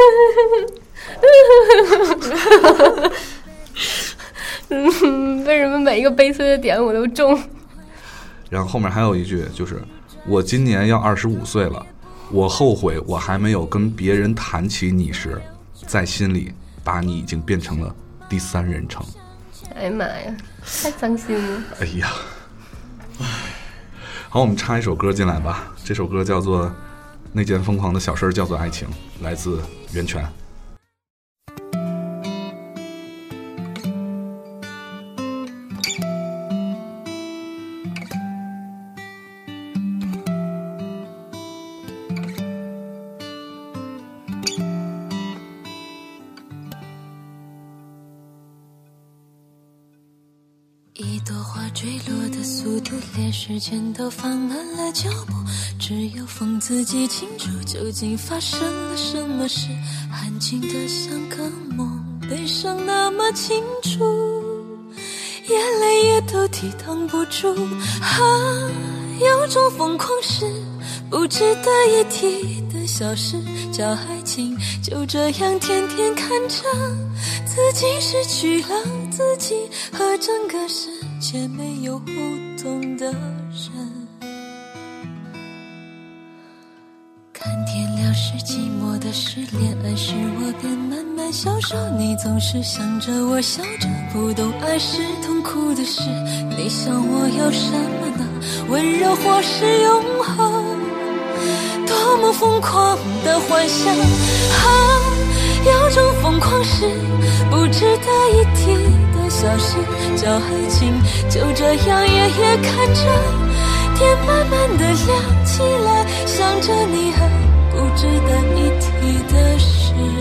为什么每一个悲催的点我都中？ 然后后面还有一句，就是我今年要25岁了，我后悔我还没有跟别人谈起你时，在心里把你已经变成了第3人称。 哎呀妈呀，太伤心了。 哎呀，好，我们插一首歌进来吧。这首歌叫做《那件疯狂的小事叫做爱情》，来自袁泉。 一朵花坠落的速度连时间都放慢了脚步，只有风自己清楚究竟发生了什么事，安静的像个梦，悲伤那么清楚，眼泪也都抵挡不住有种疯狂是不值得一提的小事叫爱情，就这样天天看着自己失去了自己，和整个世界没有互动的人。看天亮是寂寞的失恋，暗示我便慢慢消瘦，你总是想着我笑着，不懂爱是痛苦的事，你想我要什么呢？温柔或是永恒，多么疯狂的幻想有种疯狂是不值得一提的小事叫爱情，就这样夜夜看着天慢慢的亮起来，想着你还不值得一提的事。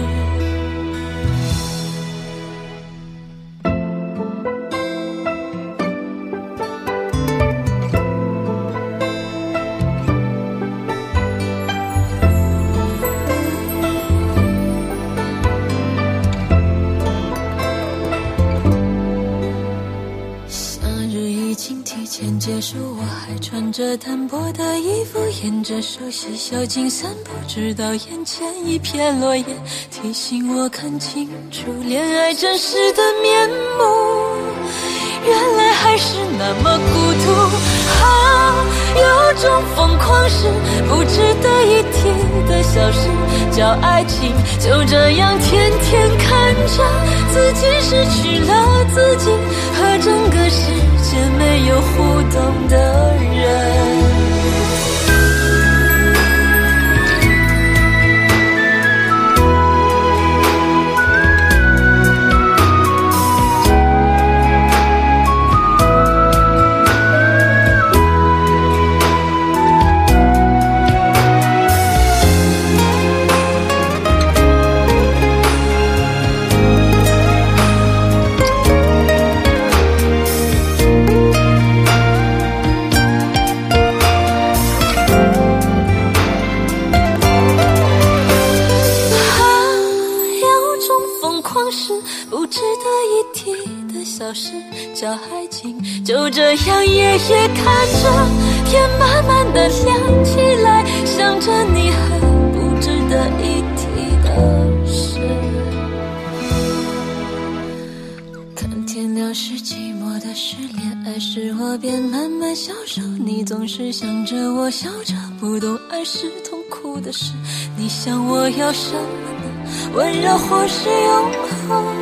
结束，我还穿着单薄的衣服，沿着熟悉小径散步，直到眼前一片落叶，提醒我看清楚恋爱真实的面目，原来还是那么孤独有种疯狂是不值得一提的小事叫爱情，就这样天天看着自己失去了自己，和整个世界没有互动的人。 就这样夜夜看着天慢慢的亮起来，想着你很不值得一提的事。看天亮是寂寞的失恋，爱是我便慢慢消瘦，你总是想着我笑着，不懂爱是痛苦的事。你想我要什么呢？温柔或是永恒？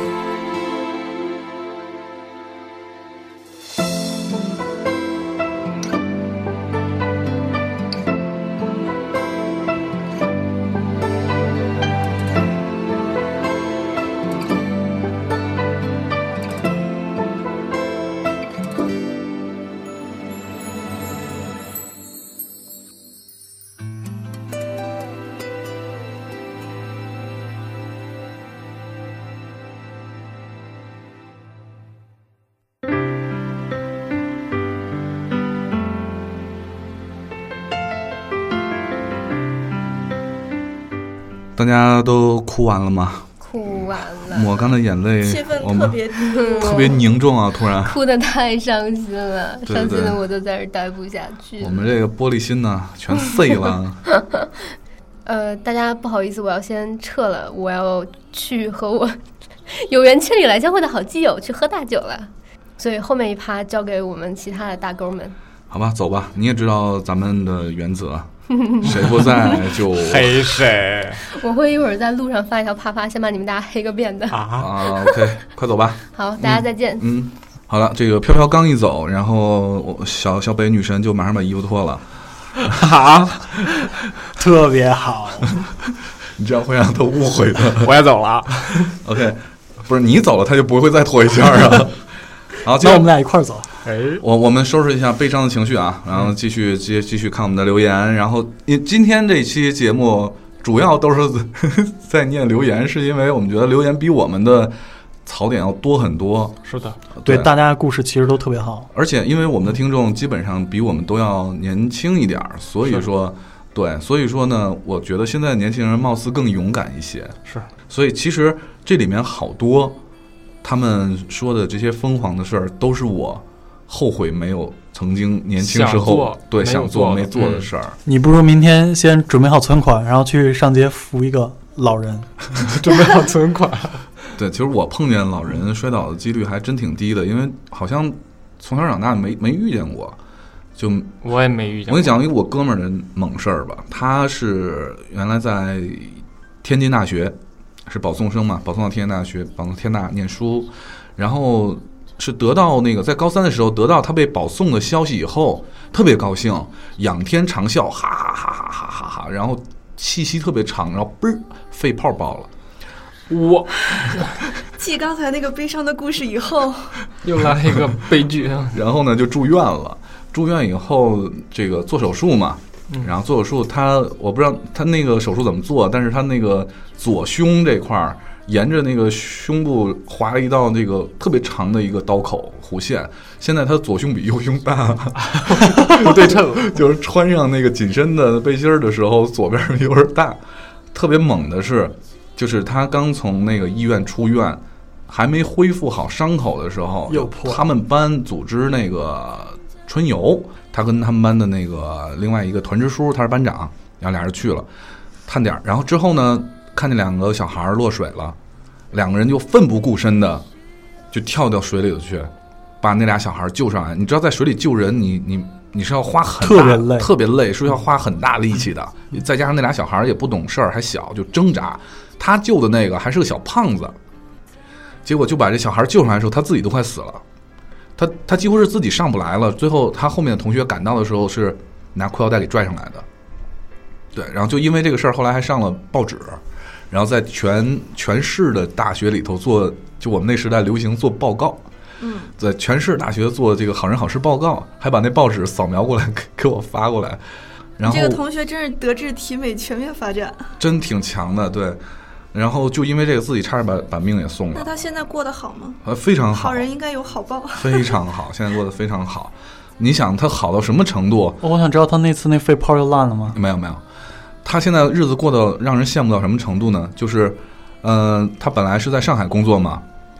大家都哭完了吗？ 哭完了， 抹干了眼泪， 气氛我们特别凝重啊！突然哭得太伤心了， 对伤心的我都在这待不下去了。 我们这个玻璃心呢，全碎了。 大家不好意思，我要先撤了，我要去和我有缘千里来相会的好基友去喝大酒了，所以后面一趴交给我们其他的大哥们。 好吧，走吧。你也知道咱们的原则，谁不在就黑谁我会一会儿在路上发一条啪啪，先把你们大家黑个遍的。 啊 OK， 快走吧。 好，大家再见。 好了，这个飘飘刚一走，然后小北女神就马上把衣服脱了。 啊，特别好。 你这样会让他误会的。 我也走了。 OK， 不是你走了，他就不会再脱一件啊。好， 那我们俩一块儿走。 我们收拾一下悲伤的情绪啊，然后继续看我们的留言。然后今天这期节目主要都是在念留言，是因为我们觉得留言比我们的槽点要多很多。 是的， 对，大家的故事其实都特别好， 而且因为我们的听众基本上比我们都要年轻一点，所以说呢，我觉得现在的年轻人貌似更勇敢一些。 是， 所以其实这里面好多他们说的这些疯狂的事儿，都是我后悔没有曾经年轻时候想做没做的事儿。 你不如明天先准备好存款，然后去上街扶一个老人。 准备好存款。 对，其实我碰见老人摔倒的几率还真挺低的，因为好像从小长大没遇见过。就我也没遇见过。 我跟你讲一个我哥们儿的猛事儿吧，他是原来在天津大学是保送生嘛，保送到天津大学，保送天大念书，然后是得到那个在高三的时候得到他被保送的消息以后，特别高兴，仰天长啸，哈哈哈哈哈哈哈，然后气息特别长，然后嘣儿肺泡爆了。 我继刚才那个悲伤的故事以后， 又来一个悲剧。 然后呢就住院了，住院以后这个做手术嘛，然后做手术我不知道他那个手术怎么做，但是他那个左胸这块儿沿着那个胸部划了一道那个特别长的一个刀口弧线，现在他左胸比右胸大， 不对称， 就是穿上那个紧身的背心的时候左边有点大。特别猛的是，就是他刚从那个医院出院，还没恢复好伤口的时候，他们班组织那个春游，他跟他们班的那个另外一个团支书，他是班长，然后俩人去了探点，然后之后呢看见两个小孩落水了，两个人就奋不顾身的就跳到水里头去，把那俩小孩救上来。你知道在水里救人，你是要花很大特别累，是要花很大力气的。再加上那俩小孩也不懂事儿，还小，就挣扎。他救的那个还是个小胖子，结果就把这小孩救上来的时候，他自己都快死了。他几乎是自己上不来了。最后他后面的同学赶到的时候是拿裤腰带给拽上来的。对，然后就因为这个事儿，后来还上了报纸，然后在全市的大学里头做，就我们那时代流行做报告。在全市大学做这个好人好事报告，还把那报纸扫描过来给我发过来。然后这个同学真是德智体美全面发展， 真挺强的。对，然后就因为这个自己差点把命也送了。 那他现在过得好吗？ 非常好， 好人应该有好报。 非常好，现在过得非常好。你想他好到什么程度？ 我想知道他那次那肺泡又烂了吗？ 没有，他现在日子过得让人羡慕到什么程度呢？就是他本来是在上海工作嘛，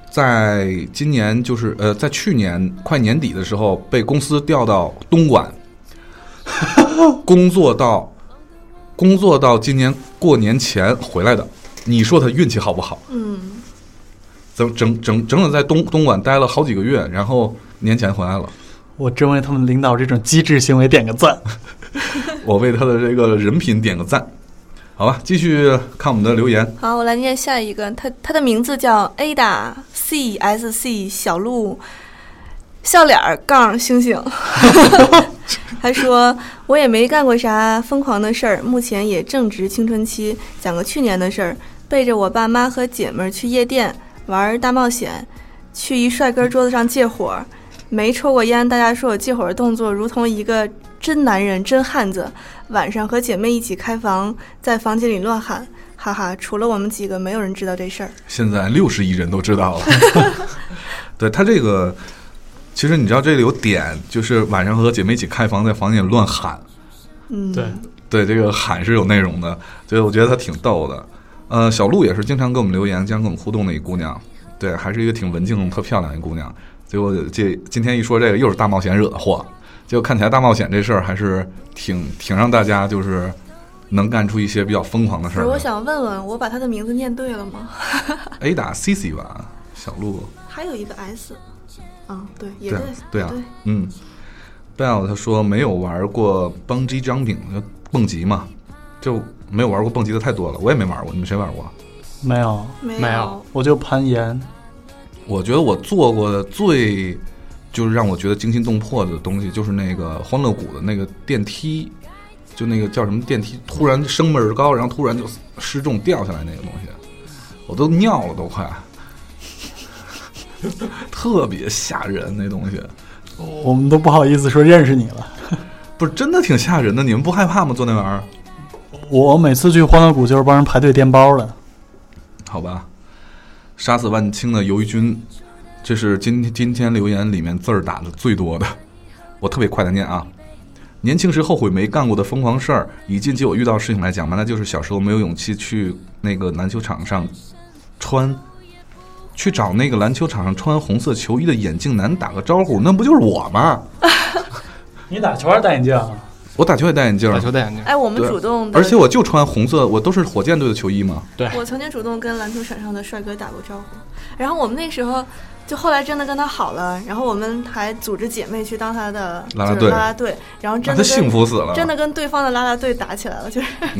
在今年就是在去年快年底的时候被公司调到东莞工作到今年过年前回来的。你说他运气好不好？整在东莞待了好几个月，然后年前回来了。 我真为他们领导这种机智行为点个赞。 我为他的这个人品点个赞。好吧，继续看我们的留言。 好，我来念下一个，他的名字叫 Ada CSC 小鹿笑脸杠星星。他说我也没干过啥疯狂的事儿，目前也正值青春期。讲个去年的事儿，背着我爸妈和姐妹去夜店玩大冒险，去一帅哥桌子上借火，没抽过烟，大家说我借火的动作如同一个真男人真汉子。晚上和姐妹一起开房，在房间里乱喊，哈哈，除了我们几个没有人知道这事儿。现在60亿人都知道了。对，他这个其实你知道这里有点，就是晚上和姐妹一起开房，在房间里乱喊。对，这个喊是有内容的，所以我觉得他挺逗的。小鹿也是经常跟我们留言，经常跟我们互动的一姑娘，对，还是一个挺文静特漂亮的姑娘。结果今天一说这个又是大冒险惹的祸，结果看起来大冒险这事儿还是挺让大家就是能干出一些比较疯狂的事儿。 我想问问，我把他的名字念对了吗 ？Ada CC 吧，小鹿还有一个 S。对，也对啊，Bell 他说没有玩过bungee jumping，蹦极嘛，就没有玩过蹦极的太多了，我也没玩过，你们谁玩过？ 没有，我就攀岩。 我觉得我做过的最就是让我觉得惊心动魄的东西，就是那个欢乐谷的那个电梯，就那个叫什么电梯，突然升门而高，然后突然就失重掉下来那个东西，我都尿了都快。特别吓人那东西， 我们都不好意思说认识你了。 不是真的挺吓人的，你们不害怕吗？做那玩意儿？ 我每次去欢乐谷就是帮人排队颠包的。 好吧，杀死万青的鱿鱼君，这是今天留言里面字儿打的最多的，我特别快的念啊。年轻时后悔没干过的疯狂事儿，以近期我遇到的事情来讲嘛，那就是小时候没有勇气去那个篮球场上去找那个篮球场上穿红色球衣的眼镜男打个招呼，那不就是我吗？ 你打球还是戴眼镜？ 我打球也戴眼镜。 打球戴眼镜。 哎，我们主动的， 而且我就穿红色，我都是火箭队的球衣嘛。 对， 我曾经主动跟篮球场上的帅哥打过招呼，然后我们那时候就后来真的跟他好了，然后我们还组织姐妹去当他的啦啦队，然后真的他幸福死了， 真的跟对方的啦啦队打起来了，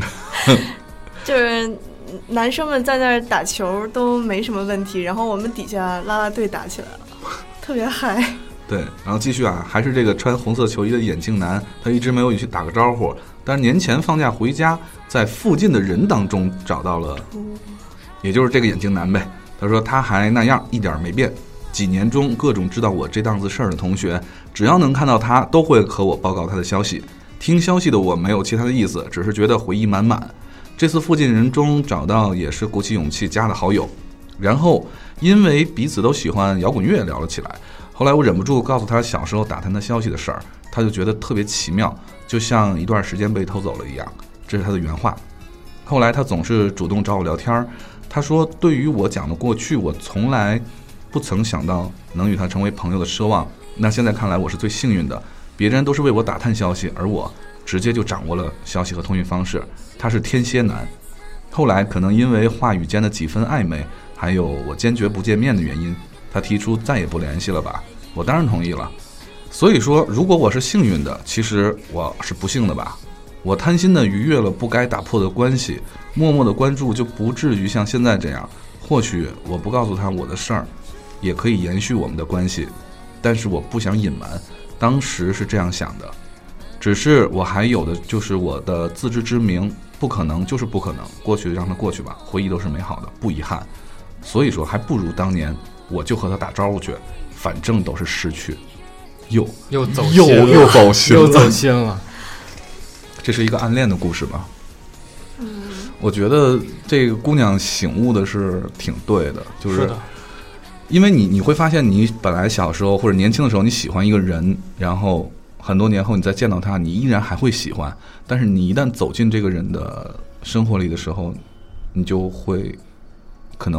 就是男生们在那儿打球都没什么问题，然后我们底下啦啦队打起来了，特别嗨。 对，然后继续啊，还是这个穿红色球衣的眼镜男，他一直没有去打个招呼，但是年前放假回家，在附近的人当中找到了，也就是这个眼镜男呗。他说他还那样，一点没变。几年中，各种知道我这档子事儿的同学，只要能看到他，都会和我报告他的消息。听消息的我没有其他的意思，只是觉得回忆满满。这次附近人中找到，也是鼓起勇气加了好友，然后因为彼此都喜欢摇滚乐聊了起来。后来我忍不住告诉他小时候打探他消息的事儿，他就觉得特别奇妙，就像一段时间被偷走了一样，这是他的原话。后来他总是主动找我聊天，他说对于我讲的过去，我从来不曾想到能与他成为朋友的奢望，那现在看来我是最幸运的，别人都是为我打探消息，而我直接就掌握了消息和通讯方式，他是天蝎男。后来可能因为话语间的几分暧昧，还有我坚决不见面的原因，他提出再也不联系了吧，我当然同意了。所以说如果我是幸运的，其实我是不幸的吧。我贪心的逾越了不该打破的关系，默默的关注就不至于像现在这样，或许我不告诉他我的事儿也可以延续我们的关系，但是我不想隐瞒，当时是这样想的，只是我还有的就是我的自知之明，不可能就是不可能，过去让它过去吧，回忆都是美好的，不遗憾。所以说还不如当年我就和他打招呼去，反正都是失去。又走心了， 又走心了， 又走心了。 这是一个暗恋的故事吧？我觉得这个姑娘醒悟的是挺对的，就是因为你会发现，你本来小时候或者年轻的时候你喜欢一个人，然后很多年后你再见到他，你依然还会喜欢，但是你一旦走进这个人的生活里的时候，你就会可能会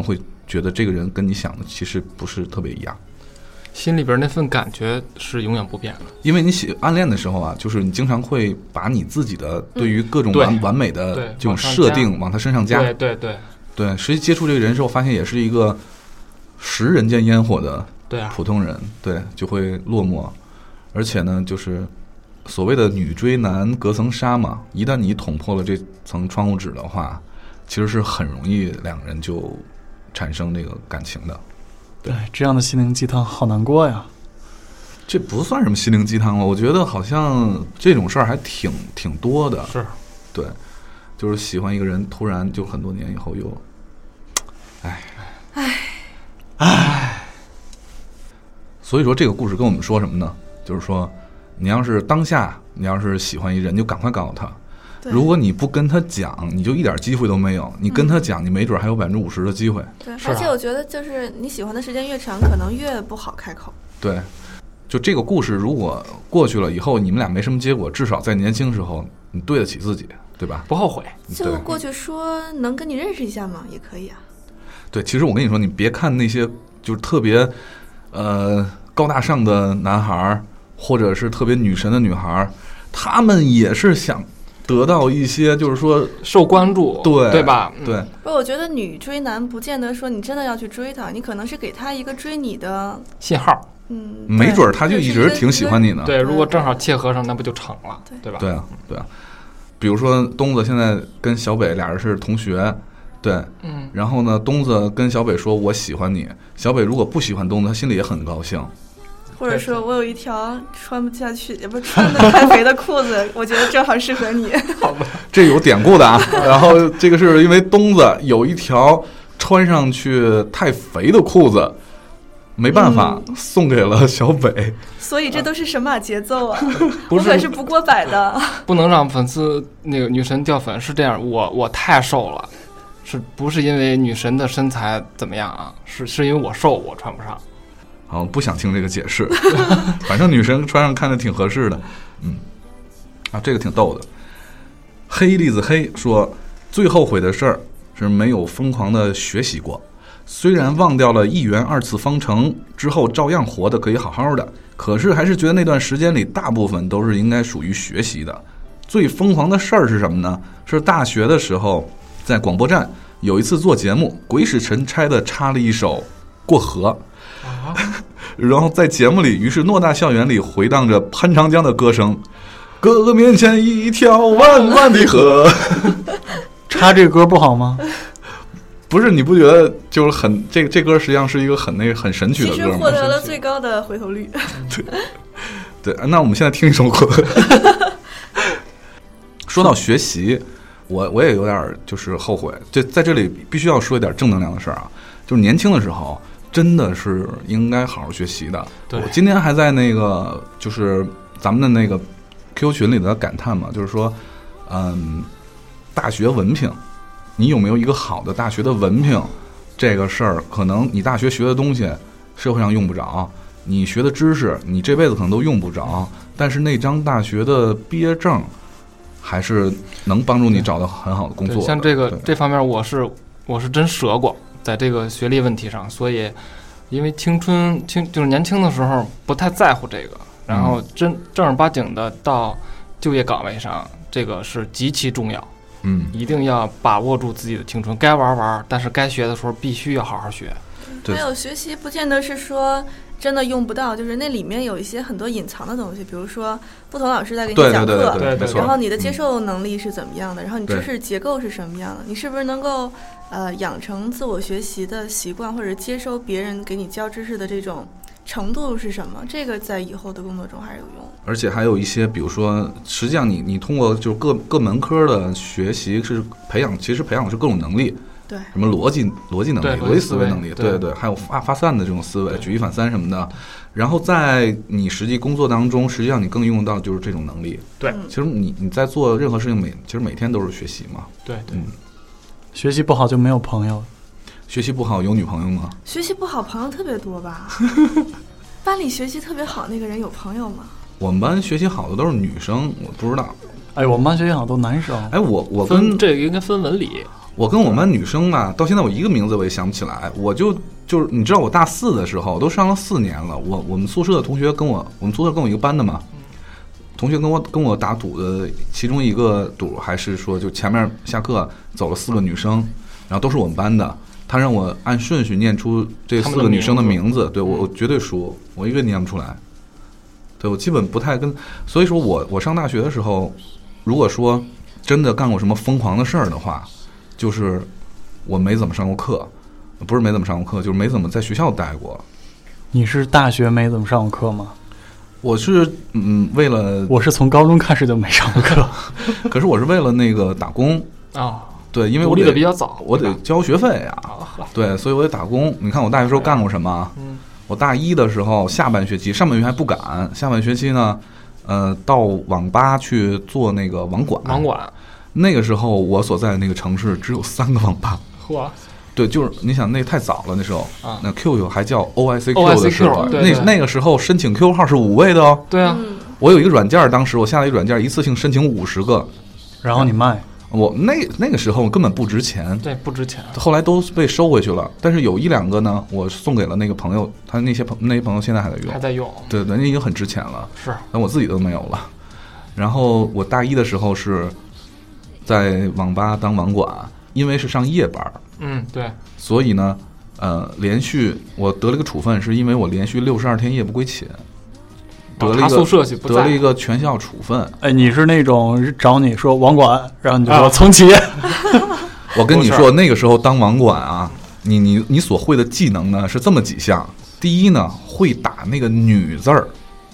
觉得这个人跟你想的其实不是特别一样。 心里边那份感觉是永远不变的， 因为你暗恋的时候啊，就是你经常会把你自己的对于各种完美的这种设定往他身上加。对，实际接触这个人之后，发现也是一个食人间烟火的普通人，对，就会落寞。而且呢，就是所谓的女追男隔层纱嘛，一旦你捅破了这层窗户纸的话，其实是很容易两个人就产生这个感情的。 对，这样的心灵鸡汤好难过呀。 这不算什么心灵鸡汤了，我觉得好像这种事儿还挺多的。 是， 对，就是喜欢一个人，突然就很多年以后又，所以说这个故事跟我们说什么呢？就是说，你要是当下，你要是喜欢一人，就赶快告诉他。如果你不跟他讲，你就一点机会都没有；你跟他讲，你没准还有50%的机会。 对，而且我觉得就是你喜欢的时间越长，可能越不好开口。 对，就这个故事如果过去了以后，你们俩没什么结果，至少在年轻时候你对得起自己，对吧？ 不后悔。 就过去说能跟你认识一下吗？也可以啊。 对，其实我跟你说，你别看那些就是特别高大上的男孩，或者是特别女神的女孩，他们也是想得到一些就是说受关注，对吧？ 对。 不，我觉得女追男不见得说你真的要去追他，你可能是给他一个追你的信号。 没准他就一直挺喜欢你呢。 对，如果正好切合上，那不就成了，对吧？ 对啊，对啊。比如说东子现在跟小北俩人是同学，对，然后呢，东子跟小北说我喜欢你，小北如果不喜欢东子，他心里也很高兴。 或者说我有一条穿不下去，也不是穿的太肥的裤子，我觉得正好适合你。 好吧，这有典故的啊。然后这个是因为东子有一条穿上去太肥的裤子，没办法送给了小北。 所以这都是神马节奏啊！我可是不过百的。 不能让粉丝那个女神掉粉，是这样，我太瘦了，是不是因为女神的身材怎么样啊？是因为我瘦，我穿不上。 好，不想听这个解释。反正女神穿上看着挺合适的。这个挺逗的。黑栗子黑说，最后悔的事儿是没有疯狂的学习过。虽然忘掉了1元2次方程之后，照样活得可以好好的，可是还是觉得那段时间里大部分都是应该属于学习的。最疯狂的事儿是什么呢？是大学的时候在广播站有一次做节目，鬼使神差的插了一首《过河》。然后在节目里，于是偌大校园里回荡着潘长江的歌声，哥哥面前一条弯弯的河。 插这个歌不好吗？ 不是，你不觉得就是很这歌实际上是一个很神曲的歌吗？ 其实获得了最高的回头率。 对，那我们现在听一首歌。说到学习，我也有点就是后悔，在这里必须要说一点正能量的事儿啊，就是年轻的时候真的是应该好好学习的。我今天还在那个就是咱们的那个 QQ 群里的感叹嘛，就是说，大学文凭，你有没有一个好的大学的文凭？这个事儿，可能你大学学的东西，社会上用不着，你学的知识，你这辈子可能都用不着，但是那张大学的毕业证，还是能帮助你找到很好的工作。 像这方面，我是真折过。在这个学历问题上，所以因为就是年轻的时候不太在乎这个，然后正儿八经的到就业岗位上，这个是极其重要。一定要把握住自己的青春，该玩，但是该学的时候必须要好好学。 还有学习不见得是说真的用不到，就是那里面有一些很多隐藏的东西，比如说不同老师在给你讲课，然后你的接受能力是怎么样的，然后你知识结构是什么样的，你是不是能够养成自我学习的习惯，或者接收别人给你教知识的这种程度是什么，这个在以后的工作中还是有用。 而且还有一些比如说实际上你通过就各门科的学习是其实培养的是各种能力， 对， 什么逻辑能力、逻辑思维能力，对，还有发散的这种思维，举一反三什么的。然后在你实际工作当中，实际上你更用到就是这种能力。 对， 其实你在做任何事情其实每天都是学习嘛。 对， 学习不好就没有朋友。 学习不好有女朋友吗？ 学习不好朋友特别多吧？班里学习特别好那个人有朋友吗？ 我们班学习好的都是女生，我不知道。 我们班学习好都男生。 我跟这个应该分文理。 我跟我们班女生吧，到现在我一个名字我也想不起来。我就是你知道，我大4的时候都上了4年了。我们宿舍的同学我们宿舍跟我一个班的嘛，同学跟我打赌的其中一个赌还是说，就前面下课走了4个女生，然后都是我们班的。他让我按顺序念出这4个女生的名字，对我绝对输，我一个念不出来。对我基本不太跟，所以说我上大学的时候，如果说真的干过什么疯狂的事儿的话，就是我没怎么上过课，不是没怎么上过课，就是没怎么在学校待过。 你是大学没怎么上过课吗？ 我是为了， 我是从高中开始就没上过课， 可是我是为了那个打工啊。 对，因为我独立的比较早， 我得交学费啊。对，所以我得打工。你看我大学时候干过什么？我大1的时候下半学期，上半学期还不敢，下半学期呢，到网吧去做那个网管。 网管。 那个时候我所在的那个城市只有3个网吧。 嚯！ 对，就是你想那太早了，那时候啊， 那 QQ 还叫 OICQ 的时候， 对那个时候申请 QQ 号是5位的哦。 对啊， 我有一个软件，当时我下了一个软件，一次性申请50个， 然后你卖。 我那个时候根本不值钱， 对，不值钱， 后来都被收回去了。但是有1、2个呢，我送给了那个朋友，他那些朋友现在还在用， 还在用。 对，人家已经很值钱了， 是， 但我自己都没有了。然后我大1的时候是在网吧当网管，因为是上夜班， 对， 所以呢，连续我得了一个处分，是因为我连续62天夜不归寝。得了一个全校处分。 哎，你是那种找你说网管，然后你就说重启。 我跟你说，那个时候当网管啊，你所会的技能呢是这么几项。第一呢，会打那个女字儿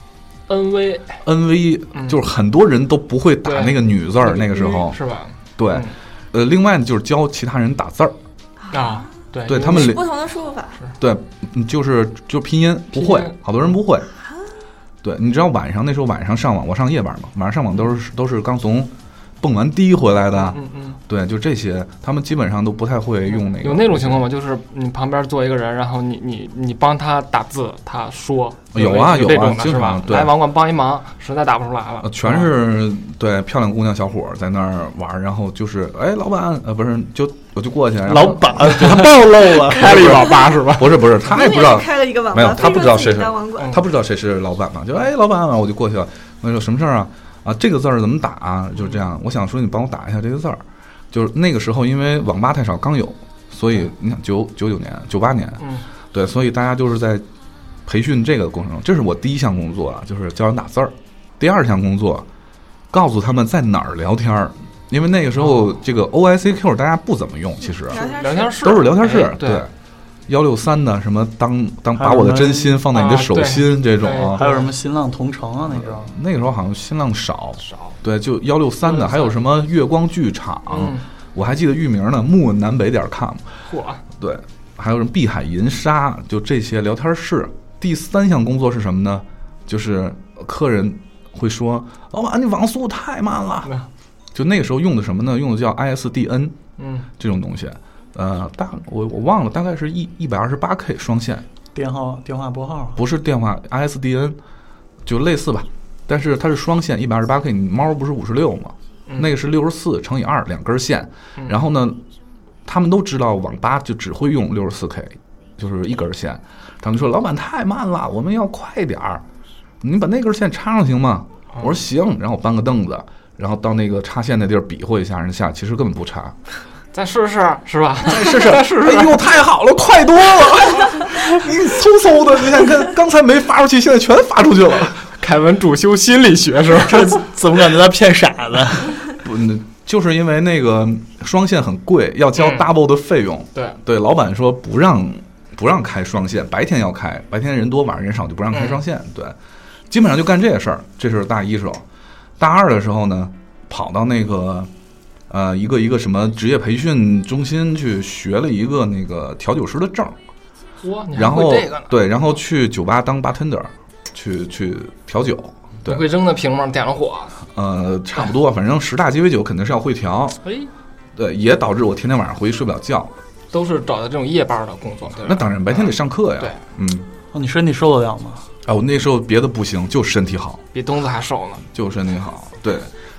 ，NV，就是很多人都不会打那个女字儿，那个时候是吧？ 对，另外呢就是教其他人打字儿啊。 对他们不同的说法。 对，就是拼音不会，好多人不会。对，你知道那时候晚上上网，我上夜班嘛，晚上上网都是刚从蹦完迪回来的，对，就这些，他们基本上都不太会用那个。 有那种情况吗？就是你旁边坐一个人，然后你帮他打字，他说有啊， 是吧？来网管帮一忙，实在打不出来了， 全是对漂亮姑娘小伙在那儿玩，然后就是老板不是我就过去， 老板他暴露了， 开了一网吧是吧？ 不是，他也不知道开了一个网吧， 没有，他不知道谁是他不知道谁是老板嘛，就老板嘛，我就过去了，我说什么事儿啊，这个字儿怎么打啊？就这样，我想说你帮我打一下这个字儿。就是那个时候，因为网吧太少，刚有，所以你想99年、98年，对，所以大家就是在培训这个过程中，这是我第一项工作啊，就是教人打字儿。第二项工作，告诉他们在哪儿聊天儿，因为那个时候这个 OICQ 大家不怎么用，其实聊天室都是聊天室，对。163的什么当把我的真心放在你的手心这种， 还有什么新浪同城啊那个时候好像新浪少，对，就163的，还有什么月光剧场，我还记得域名呢，木问南北.com，对，还有什么碧海银沙，就这些聊天室。第3项工作是什么呢？就是客人会说，老板你网速太慢了，就那个时候用的什么呢？用的叫 ISDN，这种东西。我忘了，大概是128K 双线电话拨号， 不是电话 ISDN， 就类似吧，但是它是双线128K， 你猫不是56吗？那个是64乘以2，2根线。然后呢，他们都知道网吧就只会用64K， 就是1根线。他们说老板太慢了，我们要快点儿，你把那根线插上行吗？我说行，然后搬个凳子，然后到那个插线的地儿比划一下，人下其实根本不插。 再试试是吧？ 再试试，哎呦，太好了，快多了！你嗖的，你看，刚才没发出去，现在全发出去了。 凯文主修心理学是吧？ 这怎么感觉他骗傻子？ 不，就是因为那个双线很贵，要交 double 的费用。对，老板说不让开双线，白天要开，白天人多，晚上人少就不让开双线。对，基本上就干这些事儿。这是大1时候，大2的时候呢，跑到那个。一个什么职业培训中心去学了一个那个调酒师的证，然后对，然后去酒吧当 bartender， 去调酒。对， 会扔的瓶吗？点了火？ 差不多，反正10大鸡尾酒肯定是要会调。对，也导致我天天晚上回去睡不了觉。 都是找的这种夜班的工作，对吧？ 那当然，白天得上课呀。 对， 你身体受得了吗？ 我那时候别的不行，就身体好， 比东子还瘦呢， 就身体好。对。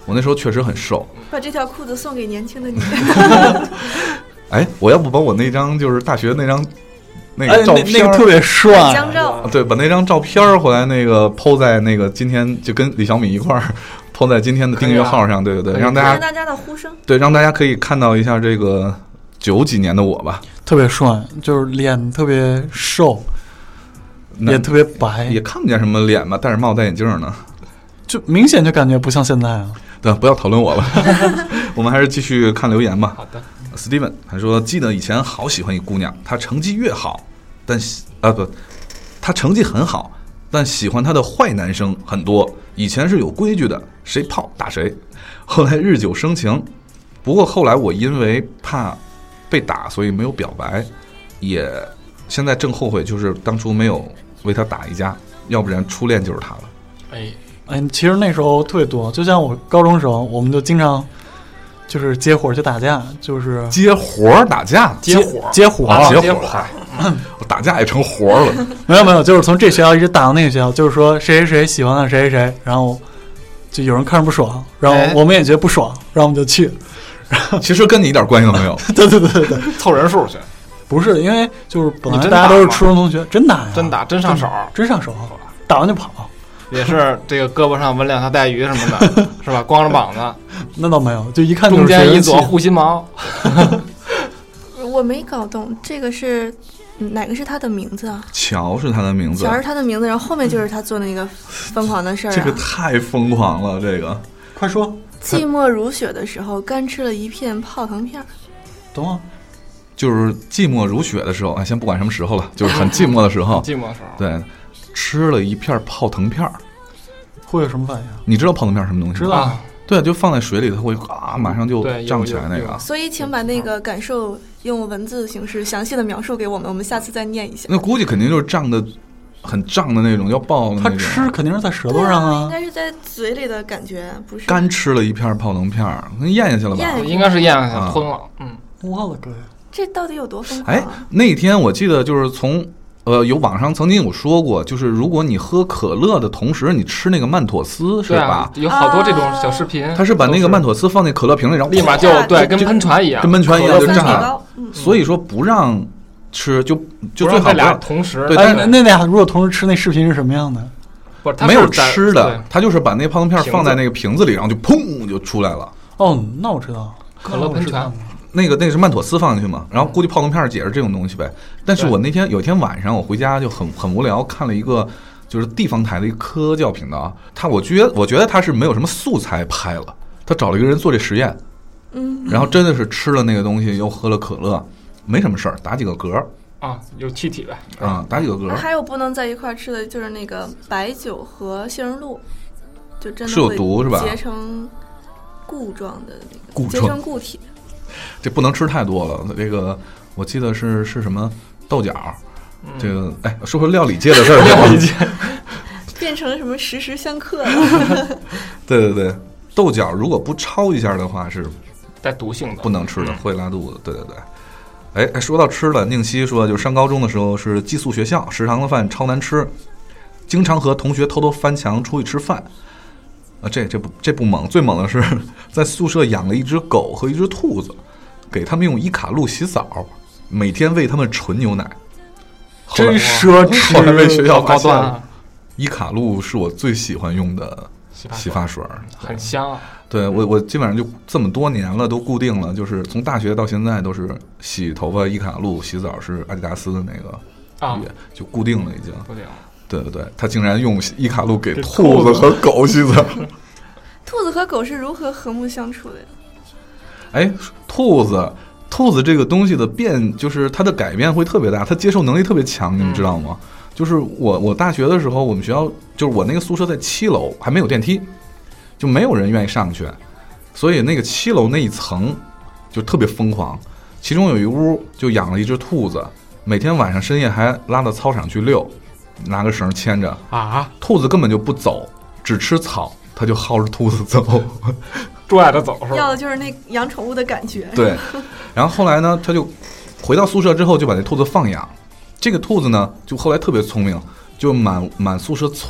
我那时候确实很瘦。 把这条裤子送给年轻的你。 哎，我要不把我那张就是大学那张那个照片， 那个特别帅， 江照。 对，把那张照片后来那个 PO 在那个今天就跟李小米一块儿 PO 在今天的订阅号上，对对对，让大家的呼声， 对，让大家可以看到一下这个90几年的我吧， 特别帅，就是脸特别瘦，脸特别白， 也看不见什么脸吧，戴着帽戴眼镜呢， 就明显就感觉不像现在啊。 对，不要讨论我了，我们还是继续看留言吧。 好的。 Steven 他说，记得以前好喜欢一姑娘，她成绩越好，但她成绩很好，但喜欢她的坏男生很多。以前是有规矩的，谁泡打谁。后来日久生情，不过后来我因为怕被打，所以没有表白，也现在正后悔，就是当初没有为她打一架，要不然初恋就是她了。 哎，其实那时候特别多，就像我高中时候，我们就经常就是接火就打架，就是接活打架， 接火， 我打架也成活了。 没有，就是从这学校一直打到那个学校，就是说谁谁谁喜欢了谁谁谁，然后就有人看着不爽，然后我们也觉得不爽，然后我们就去。 其实跟你一点关系都没有。 对， 凑人数去。 不是，因为就是本来大家都是初中同学，真打呀， 真打，真上手， 打完就跑。 也是这个胳膊上纹两条带鱼什么的，是吧？光着膀子， 那倒没有，就一看就是中间一撮护心毛。 我没搞懂，这个是哪个是他的名字啊？ 乔是他的名字， 乔是他的名字，然后后面就是他做那个疯狂的事儿、啊。 这个太疯狂了，这个快说。 寂寞如雪的时候，干吃了一片泡腾片。 懂吗？ 就是寂寞如雪的时候，哎，先不管什么时候了，就是很寂寞的时候。 寂寞的时候， 对。吃了一片泡腾片， 会有什么反应？ 你知道泡腾片什么东西吗？ 知道。 对，就放在水里，它会马上就胀起来那个。 所以，请把那个感受用文字形式详细的描述给我们，我们下次再念一下。 那估计肯定就是胀的，很胀的那种，要爆的那种。 他吃肯定是在舌头上啊， 应该是在嘴里的感觉，不是。 干吃了一片泡腾片，那咽下去了吧？ 应该是咽下去吞了。 我的哥呀！ 这到底有多疯狂、啊？ 哎，那天我记得就是从。有网上曾经有说过，就是如果你喝可乐的同时，你吃那个曼妥思，是吧？ 有好多这种小视频。 他是把那个曼妥思放在可乐瓶里，然后立马就跟喷泉一样， 跟喷泉一样就炸。所以说不让吃，就最好俩同时。 对，那俩如果同时吃，那视频是什么样的？ 不是， 没有吃的，他就是把那泡腾片放在那个瓶子里，然后就砰就出来了。 哦，那我知道， 可乐喷泉。 那个是曼妥思放进去嘛，然后估计泡腾片也是这种东西呗。但是我有一天晚上我回家就很无聊，看了一个就是地方台的一个科教频道，我觉得他是没有什么素材拍了，他找了一个人做这实验，然后真的是吃了那个东西又喝了可乐，没什么事儿，打几个嗝啊，有气体呗打几个嗝。 还有不能在一块吃的就是那个白酒和杏仁露，就真的是有毒是吧？ 结成固状的那个，结成固体。 这不能吃太多了。这个我记得是什么豆角，这个哎，说说料理界的事儿， 料理界变成了什么时相克了？ 对，豆角如果不焯一下的话是带毒性的， 不能吃的，会拉肚子。对。哎，说到吃了，宁熙说，就上高中的时候是寄宿学校，食堂的饭超难吃，经常和同学偷偷翻墙出去吃饭。这不猛，最猛的是在宿舍养了一只狗和一只兔子，给他们用伊卡露洗澡，每天喂他们纯牛奶。 真奢侈！ 后来被学校发现了， 伊卡露是我最喜欢用的洗发水， 很香啊。 对，我基本上就这么多年了，都固定了，就是从大学到现在都是洗头发伊卡露，洗澡是阿迪达斯的那个就固定了已经。 固定了。 对，他竟然用伊卡露给兔子和狗洗澡。 兔子和狗是如何和睦相处的呀？ 哎，兔子这个东西的就是它的改变会特别大，它接受能力特别强，你们知道吗？就是我大学的时候，我们学校就是我那个宿舍在7楼，还没有电梯，就没有人愿意上去，所以那个7楼那一层就特别疯狂。其中有一屋就养了一只兔子，每天晚上深夜还拉到操场去遛。拿个绳牵着啊， 兔子根本就不走，只吃草，他就薅着兔子走， 拽着走是吧？ 要的就是那养宠物的感觉。 对，然后后来呢，他就回到宿舍之后就把那兔子放养。这个兔子呢，就后来特别聪明，就满宿舍窜，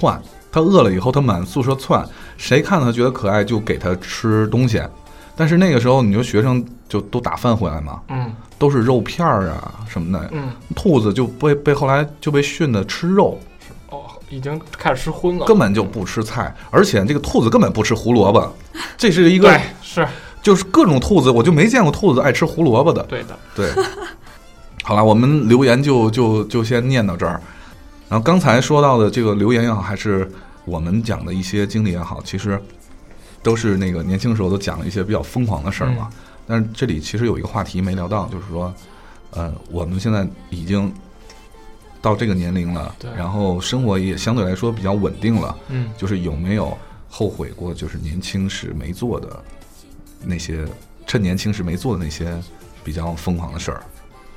他饿了以后他满宿舍窜，谁看他觉得可爱就给他吃东西。但是那个时候你说学生就都打饭回来嘛，都是肉片啊什么的，兔子就被后来就被训的吃肉， 已经开始吃荤了， 根本就不吃菜，而且这个兔子根本不吃胡萝卜，这是一个对是就是各种兔子，我就没见过兔子爱吃胡萝卜的。 对的， 对。好了，我们留言就先念到这儿。然后刚才说到的这个留言也好，还是我们讲的一些经历也好，其实都是那个年轻时候都讲了一些比较疯狂的事儿嘛。但是这里其实有一个话题没聊到，就是说，我们现在已经到这个年龄了，然后生活也相对来说比较稳定了，就是有没有后悔过，就是年轻时没做的那些，趁年轻时没做的那些比较疯狂的事儿？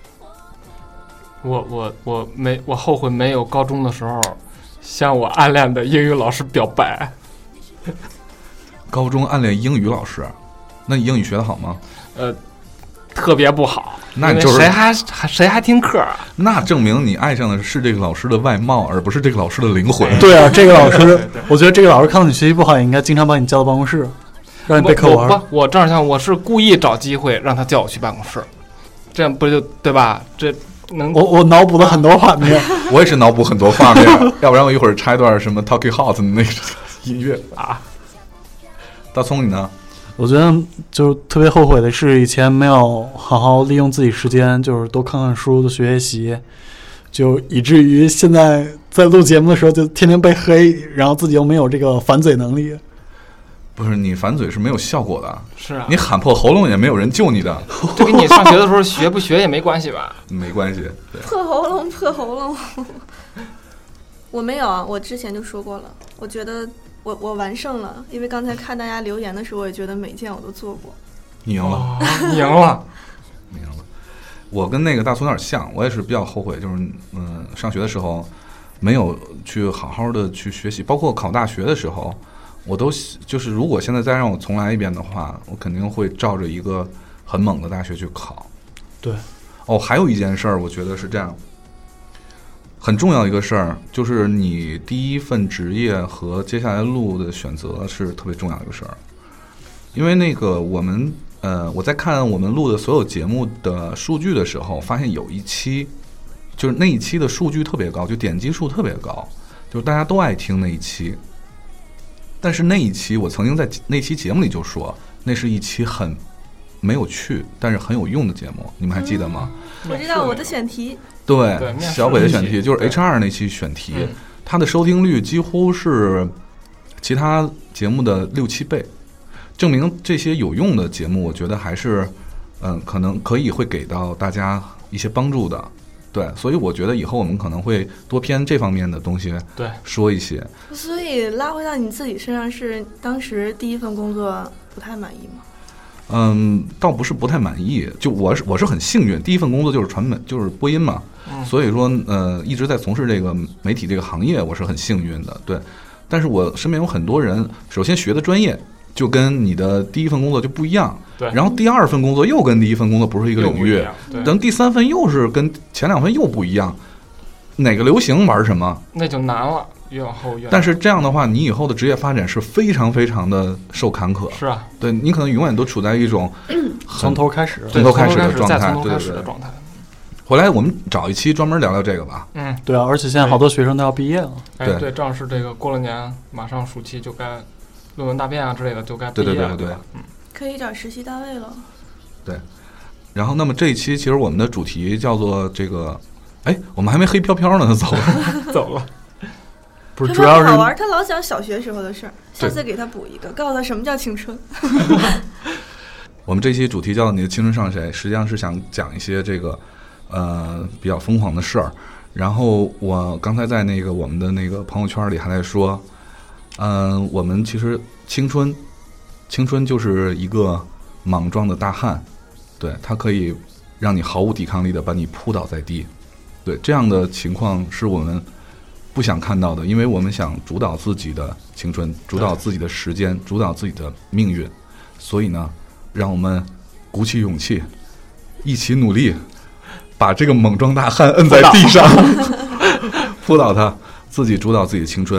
我后悔没有高中的时候向我暗恋的英语老师表白。 高中暗恋英语老师，那你英语学得好吗？ 特别不好。 那就是谁还听课啊？ 那证明你爱上的是这个老师的外貌，而不是这个老师的灵魂。 对啊，这个老师，我觉得这个老师看到你学习不好，也应该经常把你叫到办公室，让你背课文。 我正好像我是故意找机会让他叫我去办公室，这样不就对吧？这能我脑补了很多画面， 我也是脑补很多画面，要不然我一会儿插一段什么 Talking Hot 的那个音乐啊。大葱你呢？ 我觉得就特别后悔的是以前没有好好利用自己时间，就是多看看书，多学习，就以至于现在在录节目的时候就天天被黑，然后自己又没有这个反嘴能力。 不是，你反嘴是没有效果的， 是啊， 你喊破喉咙也没有人救你的。 这跟你上学的时候学不学也没关系吧？ 没关系。 破喉咙我没有啊，我之前就说过了，我觉得我完胜了，因为刚才看大家留言的时候，我也觉得每件我都做过。 你赢了， 你赢了。 我跟那个大葱有点像，我也是比较后悔，就是上学的时候没有去好好的去学习，包括考大学的时候，我都就是如果现在再让我重来一遍的话，我肯定会照着一个很猛的大学去考。 对。 哦，还有一件事儿，我觉得是这样。很重要一个事儿，就是你第一份职业和接下来路的选择是特别重要的一个事儿。因为那个我在看我们录的所有节目的数据的时候，发现有一期，就是那一期的数据特别高，就点击数特别高，就是大家都爱听那一期。但是那一期我曾经在那期节目里就说，那是一期很没有趣但是很有用的节目，你们还记得吗？ 我知道我的选题。 对，小北的选题就是 HR 那期选题，它的收听率几乎是其他节目的6-7倍，证明这些有用的节目，我觉得还是可能可以会给到大家一些帮助的。对，所以我觉得以后我们可能会多偏这方面的东西说一些。 所以拉回到你自己身上，是当时第一份工作不太满意吗？ 倒不是不太满意，就我是很幸运，第一份工作就是播音嘛，所以说一直在从事这个媒体这个行业，我是很幸运的。对，但是我身边有很多人，首先学的专业就跟你的第一份工作就不一样， 对， 然后第二份工作又跟第一份工作不是一个领域，等第三份又是跟前2份又不一样，哪个流行玩什么， 那就难了。越往后越， 但是这样的话，你以后的职业发展是非常非常的受坎坷。 是啊， 对，你可能永远都处在一种从头开始的状态， 对对对。 回来我们找一期专门聊聊这个吧。 对啊，而且现在好多学生都要毕业了。 对，正是这个过了年，马上暑期就该论文大便啊之类的就该毕业了。 对， 可以找实习单位了。 对，然后那么这一期其实我们的主题叫做这个，我们还没黑飘飘呢，他走了。 不是，主要是好玩，他老讲小学时候的事儿，下次给他补一个，告诉他什么叫青春。 我们这期主题叫你的青春上谁，实际上是想讲一些这个比较疯狂的事儿。然后我刚才在那个我们的那个朋友圈里还在说，我们其实青春就是一个莽撞的大汉，对，它可以让你毫无抵抗力的把你扑倒在地，对，这样的情况是我们不想看到的，因为我们想主导自己的青春，主导自己的时间，主导自己的命运。所以呢，让我们鼓起勇气，一起努力，把这个猛撞大汉摁在地上，扑倒他，自己主导自己的青春，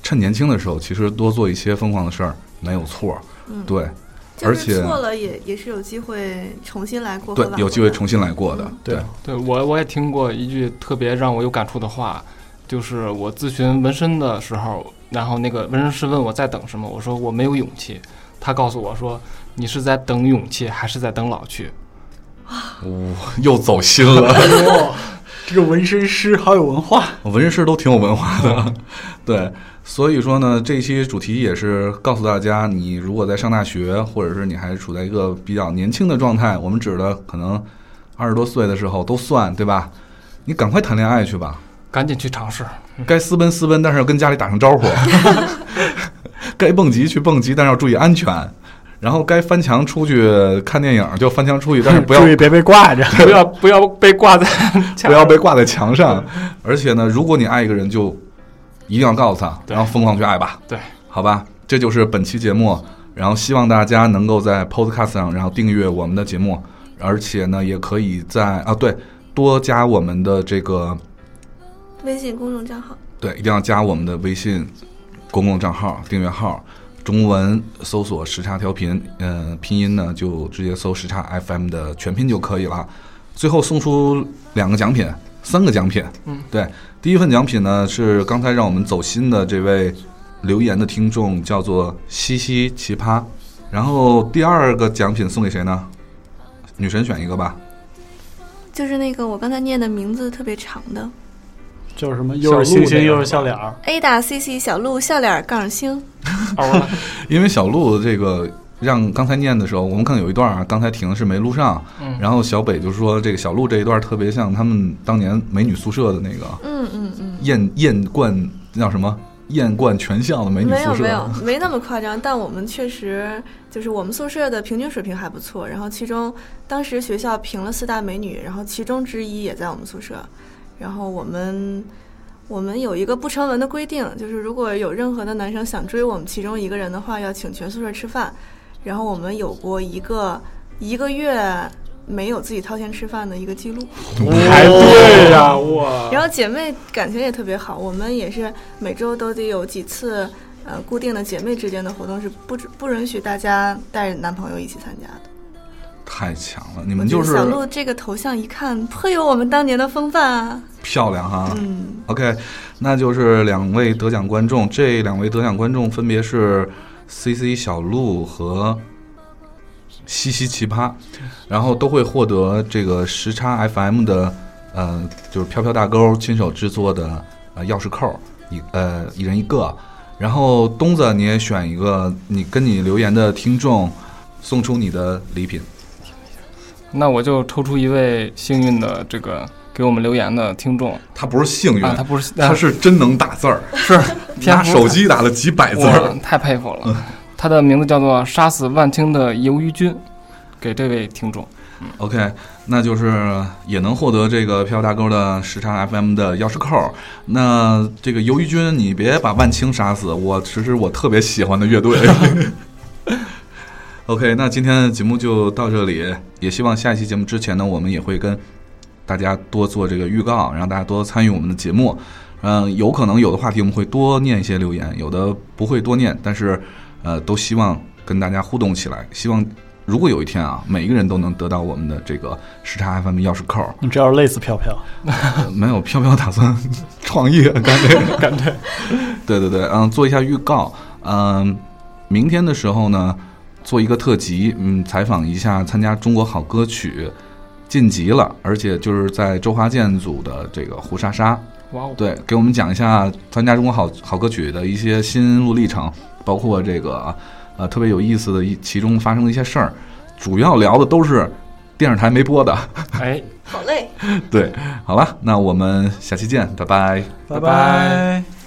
趁年轻的时候，其实多做一些疯狂的事儿没有错，对。而且错了也是有机会重新来过， 对，有机会重新来过的。对， 我也听过一句特别让我有感触的话，就是我咨询纹身的时候，然后那个纹身师问我在等什么，我说我没有勇气，他告诉我说你是在等勇气还是在等老去？ 又走心了。 这个纹身师好有文化， 纹身师都挺有文化的。对，所以说呢，这一期主题也是告诉大家，你如果在上大学，或者是你还处在一个比较年轻的状态，我们指的可能20多岁的时候都算，对吧？你赶快谈恋爱去吧， 赶紧去尝试。 该私奔私奔，但是要跟家里打声招呼。该蹦极去蹦极，但是要注意安全。然后该翻墙出去看电影就翻墙出去，但是不要注意别被挂着， 不要被挂在不要被挂在墙上。而且呢，如果你爱一个人，就一定要告诉他，然后疯狂去爱吧。 对， 好吧，这就是本期节目。然后希望大家能够在 Podcast 上，然后订阅我们的节目，而且呢，也可以在多加我们的这个微信公众账号。 对，一定要加我们的微信公共账号订阅号。中文搜索时差调频，拼音呢就直接搜时差 FM 的全拼就可以了。最后送出3个奖品，对，第一份奖品呢是刚才让我们走心的这位留言的听众，叫做西西奇葩。然后第2个奖品送给谁呢？女神选一个吧。 就是那个我刚才念的名字特别长的。 就是什么又是星星又是笑脸 A 打 CC 小鹿笑脸杠星。 因为小鹿这个让刚才念的时候，我们可能有一段刚才停的是没录上，然后小北就说这个小鹿这一段特别像他们当年美女宿舍的那个艳冠叫什么艳冠全校的美女宿舍。 没那么夸张，但我们确实就是我们宿舍的平均水平还不错，然后其中当时学校评了4大美女，然后其中之一也在我们宿舍。然后我们有一个不成文的规定，就是如果有任何的男生想追我们其中一个人的话，要请全宿舍吃饭。然后我们有过一个月没有自己掏钱吃饭的一个记录。 排队呀，哇！ 然后姐妹感情也特别好，我们也是每周都得有几次固定的姐妹之间的活动，是不允许大家带着男朋友一起参加的。 太强了，你们就是小鹿这个头像一看颇有我们当年的风范啊， 漂亮哈。OK， 那就是2位得奖观众，这2位得奖观众分别是 CC 小鹿和西西奇葩，然后都会获得这个时差 FM 的就是飘飘大钩亲手制作的钥匙扣，一人一个。然后东子你也选一个，你跟你留言的听众送出你的礼品。 那我就抽出一位幸运的这个给我们留言的听众。 他不是幸运， 他是真能打字儿， 是拿手机打了几百字儿， 太佩服了。他的名字叫做杀死万青的鱿鱼君，给这位听众。 OK， 那就是也能获得这个飘大钩的时差 FM 的钥匙扣。那这个鱿鱼君，你别把万青杀死，其实我特别喜欢的乐队。OK， 那今天的节目就到这里，也希望下一期节目之前呢，我们也会跟大家多做这个预告，让大家多参与我们的节目。有可能有的话题我们会多念一些留言，有的不会多念，但是都希望跟大家互动起来。希望如果有一天啊，每一个人都能得到我们的这个时差 FM 钥匙扣。 你只要累死飘飘， 没有飘飘打算创业干这。对，做一下预告。明天的时候呢，做一个特辑，采访一下参加中国好歌曲晋级了，而且就是在周华健组的这个胡莎莎，对，给我们讲一下参加中国好歌曲的一些心路历程，包括这个特别有意思的其中发生的一些事儿，主要聊的都是电视台没播的。 哎，好嘞。 对，好了，那我们下期见，拜拜， 拜拜。